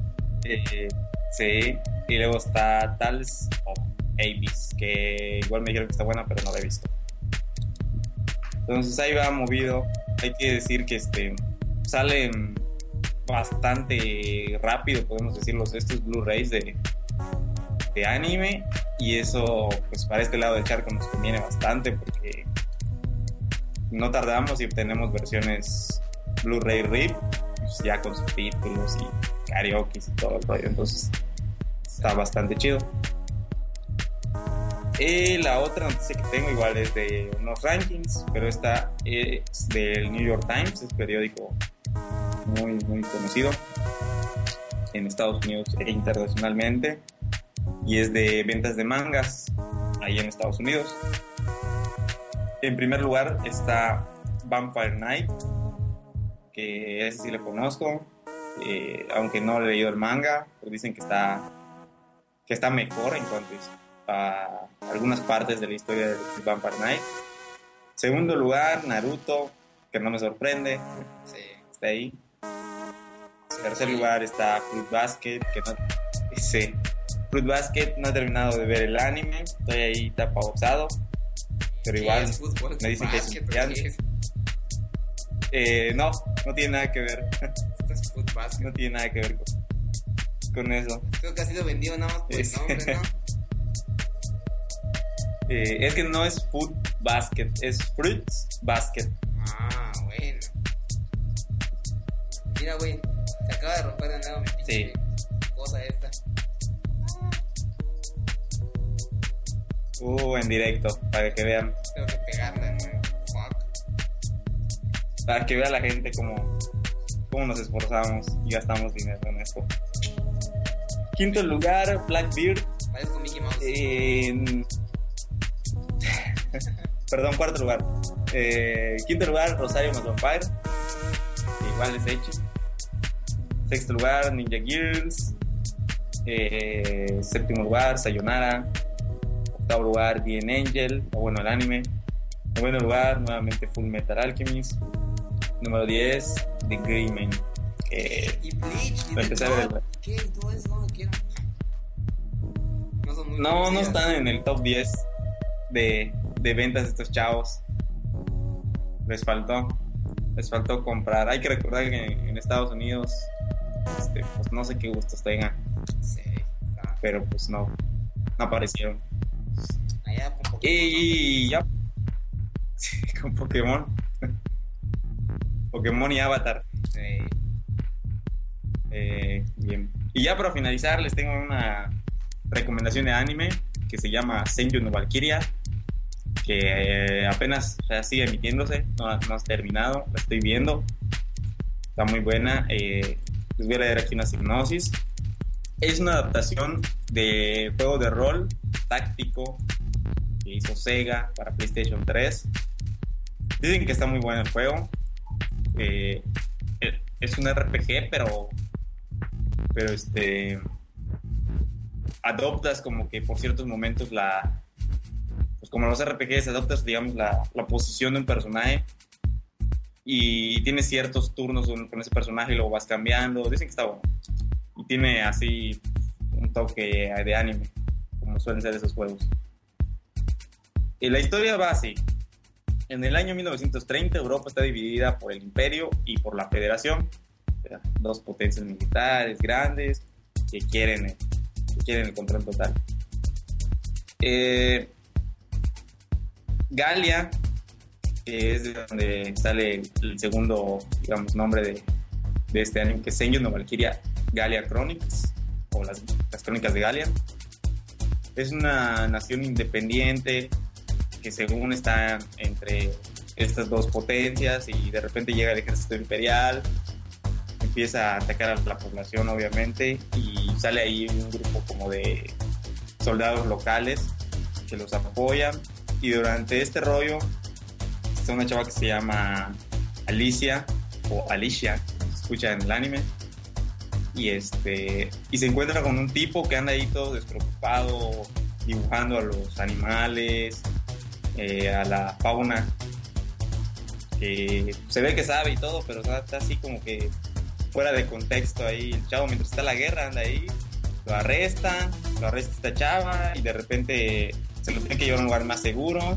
Sí, y luego está Tales of Abyss, que igual me dijeron que está buena, pero no la he visto. Entonces ahí va movido. Hay que decir que salen bastante rápido, podemos decirlo, estos Blu-rays de anime, y eso pues para este lado del charco nos conviene bastante porque no tardamos y obtenemos versiones Blu-ray RIP, pues, ya con subtítulos y karaoke y todo el rollo, entonces está bastante chido. La otra noticia que tengo igual es de unos rankings, pero esta es del New York Times, es un periódico muy, muy conocido en Estados Unidos e internacionalmente, y es de ventas de mangas ahí en Estados Unidos. En primer lugar está Vampire Knight, que ese sí le conozco, aunque no he leído el manga, pero dicen que está mejor en cuanto a algunas partes de la historia de Vampire Knight. Segundo lugar, Naruto, que no me sorprende, Sí. está ahí. Tercer lugar está Fruit Basket, que no... Sí. Fruit Basket, no he terminado de ver el anime, estoy ahí pausado, pero ¿Qué igual es fútbol? me dicen que es ¿Básquet o estudiante. qué es? No tiene nada que ver. Esto es fútbol básquet. No tiene nada que ver con eso. Creo que ha sido vendido nada más por el Sí. nombre, ¿no? Es que no es Food Basket, es Fruits Basket. Ah, bueno. Mira, güey, se acaba de romper de nuevo mi pinche cosa esta. En directo, para que vean. Tengo que pegarla de nuevo. Fuck. Para que vea la gente cómo nos esforzamos y gastamos dinero en esto. Quinto lugar, Blackbeard. Parezco Mickey Mouse. Perdón, cuarto lugar. Quinto lugar, Rosario más Vampire. Igual es ecchi. Sexto lugar, Ninja Girls. Séptimo lugar, Sayonara. Octavo lugar, The Angel, o bueno, el anime. Noveno lugar, nuevamente Full Metal Alchemist. Número 10, The Gray Man. Y Bleach. Y Para empezar a ver. ¿Qué? Y todo eso no lo quiero. No son muy No conocidas. están en el top 10 de ventas de estos chavos. Les faltó comprar. Hay que recordar que en Estados Unidos pues no sé qué gustos tengan, Sí, está. pero pues no aparecieron. Allá con Pokémon. Y ya. Sí, con Pokémon. Pokémon y Avatar. Sí. Bien. Y ya para finalizar les tengo una recomendación de anime que se llama Senju no Valkyria, que apenas sigue emitiéndose, no has terminado, la estoy viendo, está muy buena. Les voy a leer aquí una sinopsis. Es una adaptación de juego de rol táctico que hizo Sega para PlayStation 3. Dicen que está muy bueno el juego. Es un RPG, pero pero adoptas como que por ciertos momentos pues como los RPGs, adoptas, digamos, la posición de un personaje y tienes ciertos turnos con ese personaje y luego vas cambiando. Dicen que está bueno. Y tiene así un toque de anime, como suelen ser esos juegos. Y la historia va así. En el año 1930, Europa está dividida por el Imperio y por la Federación. O sea, dos potencias militares grandes que quieren el control total. Galia, que es de donde sale el segundo, digamos, nombre de este anime, que es Senju no Valkyria Galia Chronicles, o las crónicas de Galia. Es una nación independiente que según está entre estas dos potencias, y de repente llega el ejército imperial, empieza a atacar a la población, obviamente, y sale ahí un grupo como de soldados locales que los apoyan. Y durante este rollo está una chava que se llama Alicia, o Alicia, se escucha en el anime, y se encuentra con un tipo que anda ahí todo despreocupado, dibujando a los animales, a la fauna, que se ve que sabe y todo, pero está así como que fuera de contexto ahí. El chavo, mientras está la guerra, anda ahí, lo arresta esta chava, y de repente se lo tiene que llevar a un lugar más seguro.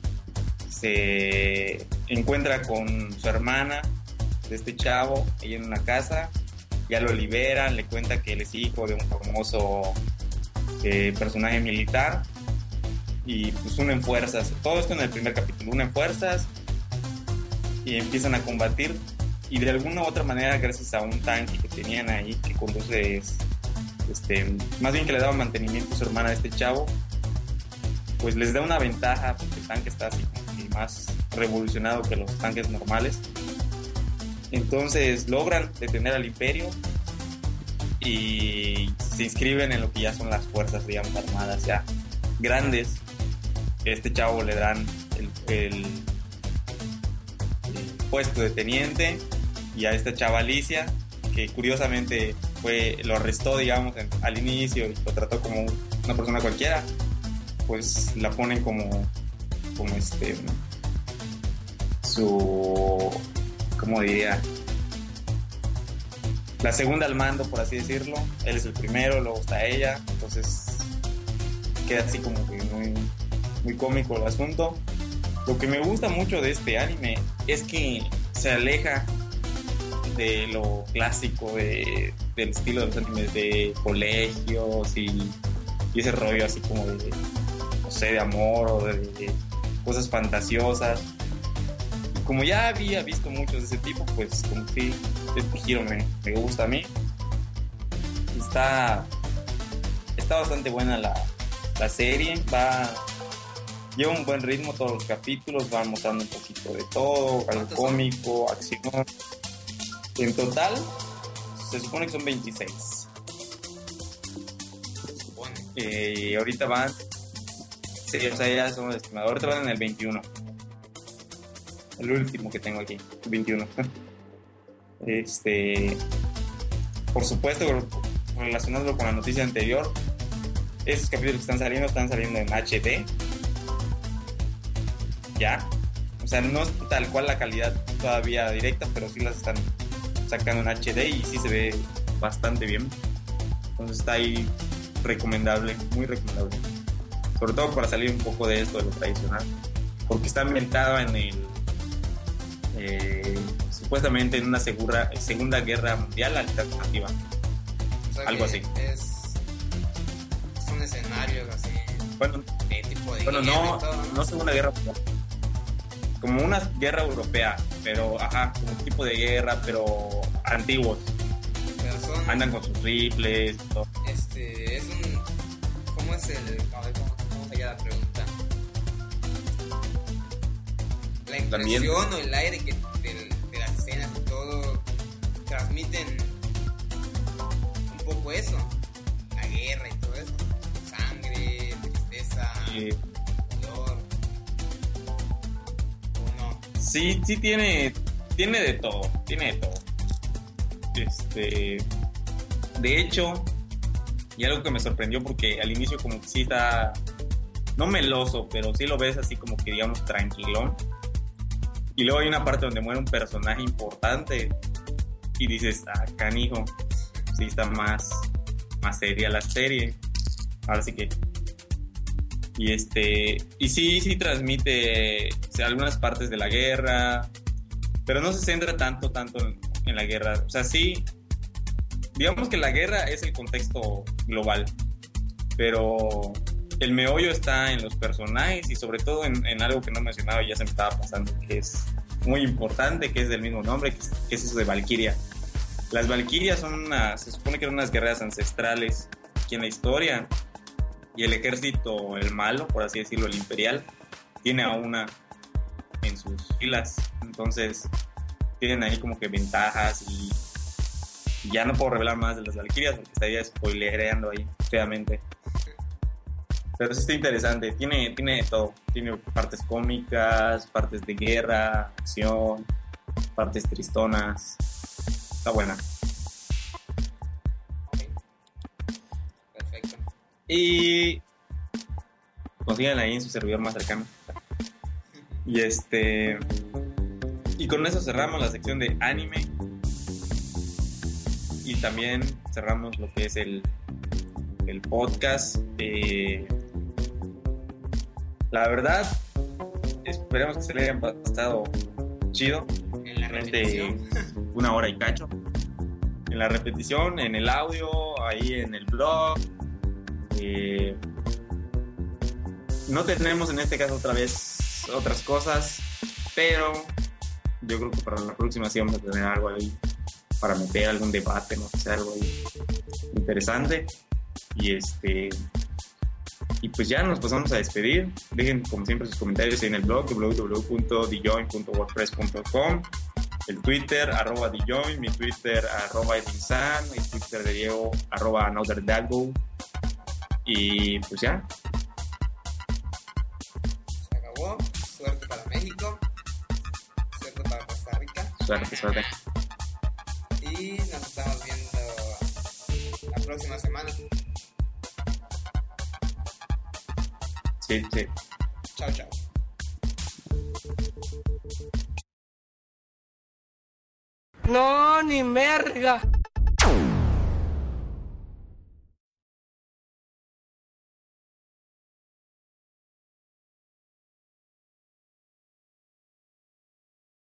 Se encuentra con su hermana de este chavo, ella en una casa, ya lo liberan, le cuenta que él es hijo de un famoso personaje militar, y pues unen fuerzas. Todo esto en el primer capítulo, unen fuerzas y empiezan a combatir, y de alguna u otra manera, gracias a un tanque que tenían ahí, que conduce, más bien que le daba mantenimiento a su hermana de este chavo, pues les da una ventaja, porque el tanque está así como que más revolucionado que los tanques normales. Entonces logran detener al Imperio y se inscriben en lo que ya son las fuerzas, digamos, armadas ya grandes. Este chavo le dan el puesto de teniente, y a esta chava Alicia, que curiosamente lo arrestó, digamos, al inicio, y lo trató como una persona cualquiera, pues la ponen como su, ¿cómo diría? La segunda al mando, por así decirlo. Él es el primero, luego está ella, entonces queda así como que muy cómico el asunto. Lo que me gusta mucho de este anime es que se aleja de lo clásico del estilo de los animes de colegios y ese rollo así como de, no sé, de amor o de cosas fantasiosas. Y como ya había visto muchos de ese tipo, pues como que este giro me gusta a mí. Está bastante buena la serie, lleva un buen ritmo, todos los capítulos van mostrando un poquito de todo, algo cómico, acción. En total se supone que son 26. Y ahorita van, sí, o sea, ya son estimados, ahorita van en el 21. El último que tengo aquí, 21. Por supuesto, relacionándolo con la noticia anterior, esos capítulos que están saliendo en HD. Ya, o sea, no es tal cual la calidad todavía directa, pero sí las están sacando en HD y sí se ve bastante bien. Entonces está ahí recomendable, muy recomendable, sobre todo para salir un poco de esto de lo tradicional, porque está ambientado en supuestamente en una segunda guerra mundial alternativa, o sea, algo así. Son escenarios así, bueno, de tipo de bueno, guerra y todo, no segunda guerra mundial, como una guerra europea, pero como un tipo de guerra, pero antiguos. Pero andan con sus rifles, todo. Es un, ¿cómo es cómo sería la pregunta? La impresión o el aire de las escenas y todo transmiten un poco eso, la guerra y todo eso, sangre, tristeza, dolor, ¿o no? Sí tiene de todo, De hecho, y algo que me sorprendió porque al inicio como que sí está, no meloso, pero sí lo ves así como que digamos tranquilón. Y luego hay una parte donde muere un personaje importante y dices, canijo, sí está más seria la serie. Ahora sí que... Y sí transmite, o sea, algunas partes de la guerra, pero no se centra tanto en la guerra. O sea, sí, digamos que la guerra es el contexto global, pero el meollo está en los personajes y sobre todo en algo que no mencionaba y ya se me estaba pasando, que es muy importante, que es del mismo nombre, que es eso de Valkyria. Las Valkyrias se supone que eran unas guerreras ancestrales aquí en la historia, y el ejército, el malo, por así decirlo, el imperial, tiene a una en sus filas. Entonces tienen ahí como que ventajas y ya no puedo revelar más de las Valkyrias porque estaría spoilereando ahí feamente. Pero sí está interesante, tiene de todo. Tiene partes cómicas, partes de guerra, acción, partes tristonas. Está buena. Perfecto. Y consigan ahí en su servidor más cercano. Y con eso cerramos la sección de anime. Y también cerramos lo que es el podcast. La verdad, esperemos que se le hayan pasado chido. En la repetición. Una hora y cacho. En la repetición, en el audio, ahí en el blog. No tenemos en este caso otra vez otras cosas, pero yo creo que para la próxima sí vamos a tener algo ahí para meter algún debate, no sé, algo ahí interesante. Y pues ya nos pasamos a despedir. Dejen como siempre sus comentarios en el blog www.djoin.wordpress.com, el Twitter @djoin, mi Twitter @edinsan, el Twitter de Diego @anotherdago. Y pues ya. Se acabó. Suerte para México. Suerte para Costa Rica. Suerte. Y nos estamos viendo la próxima semana. Sí. Chao, chao. No, ni merga.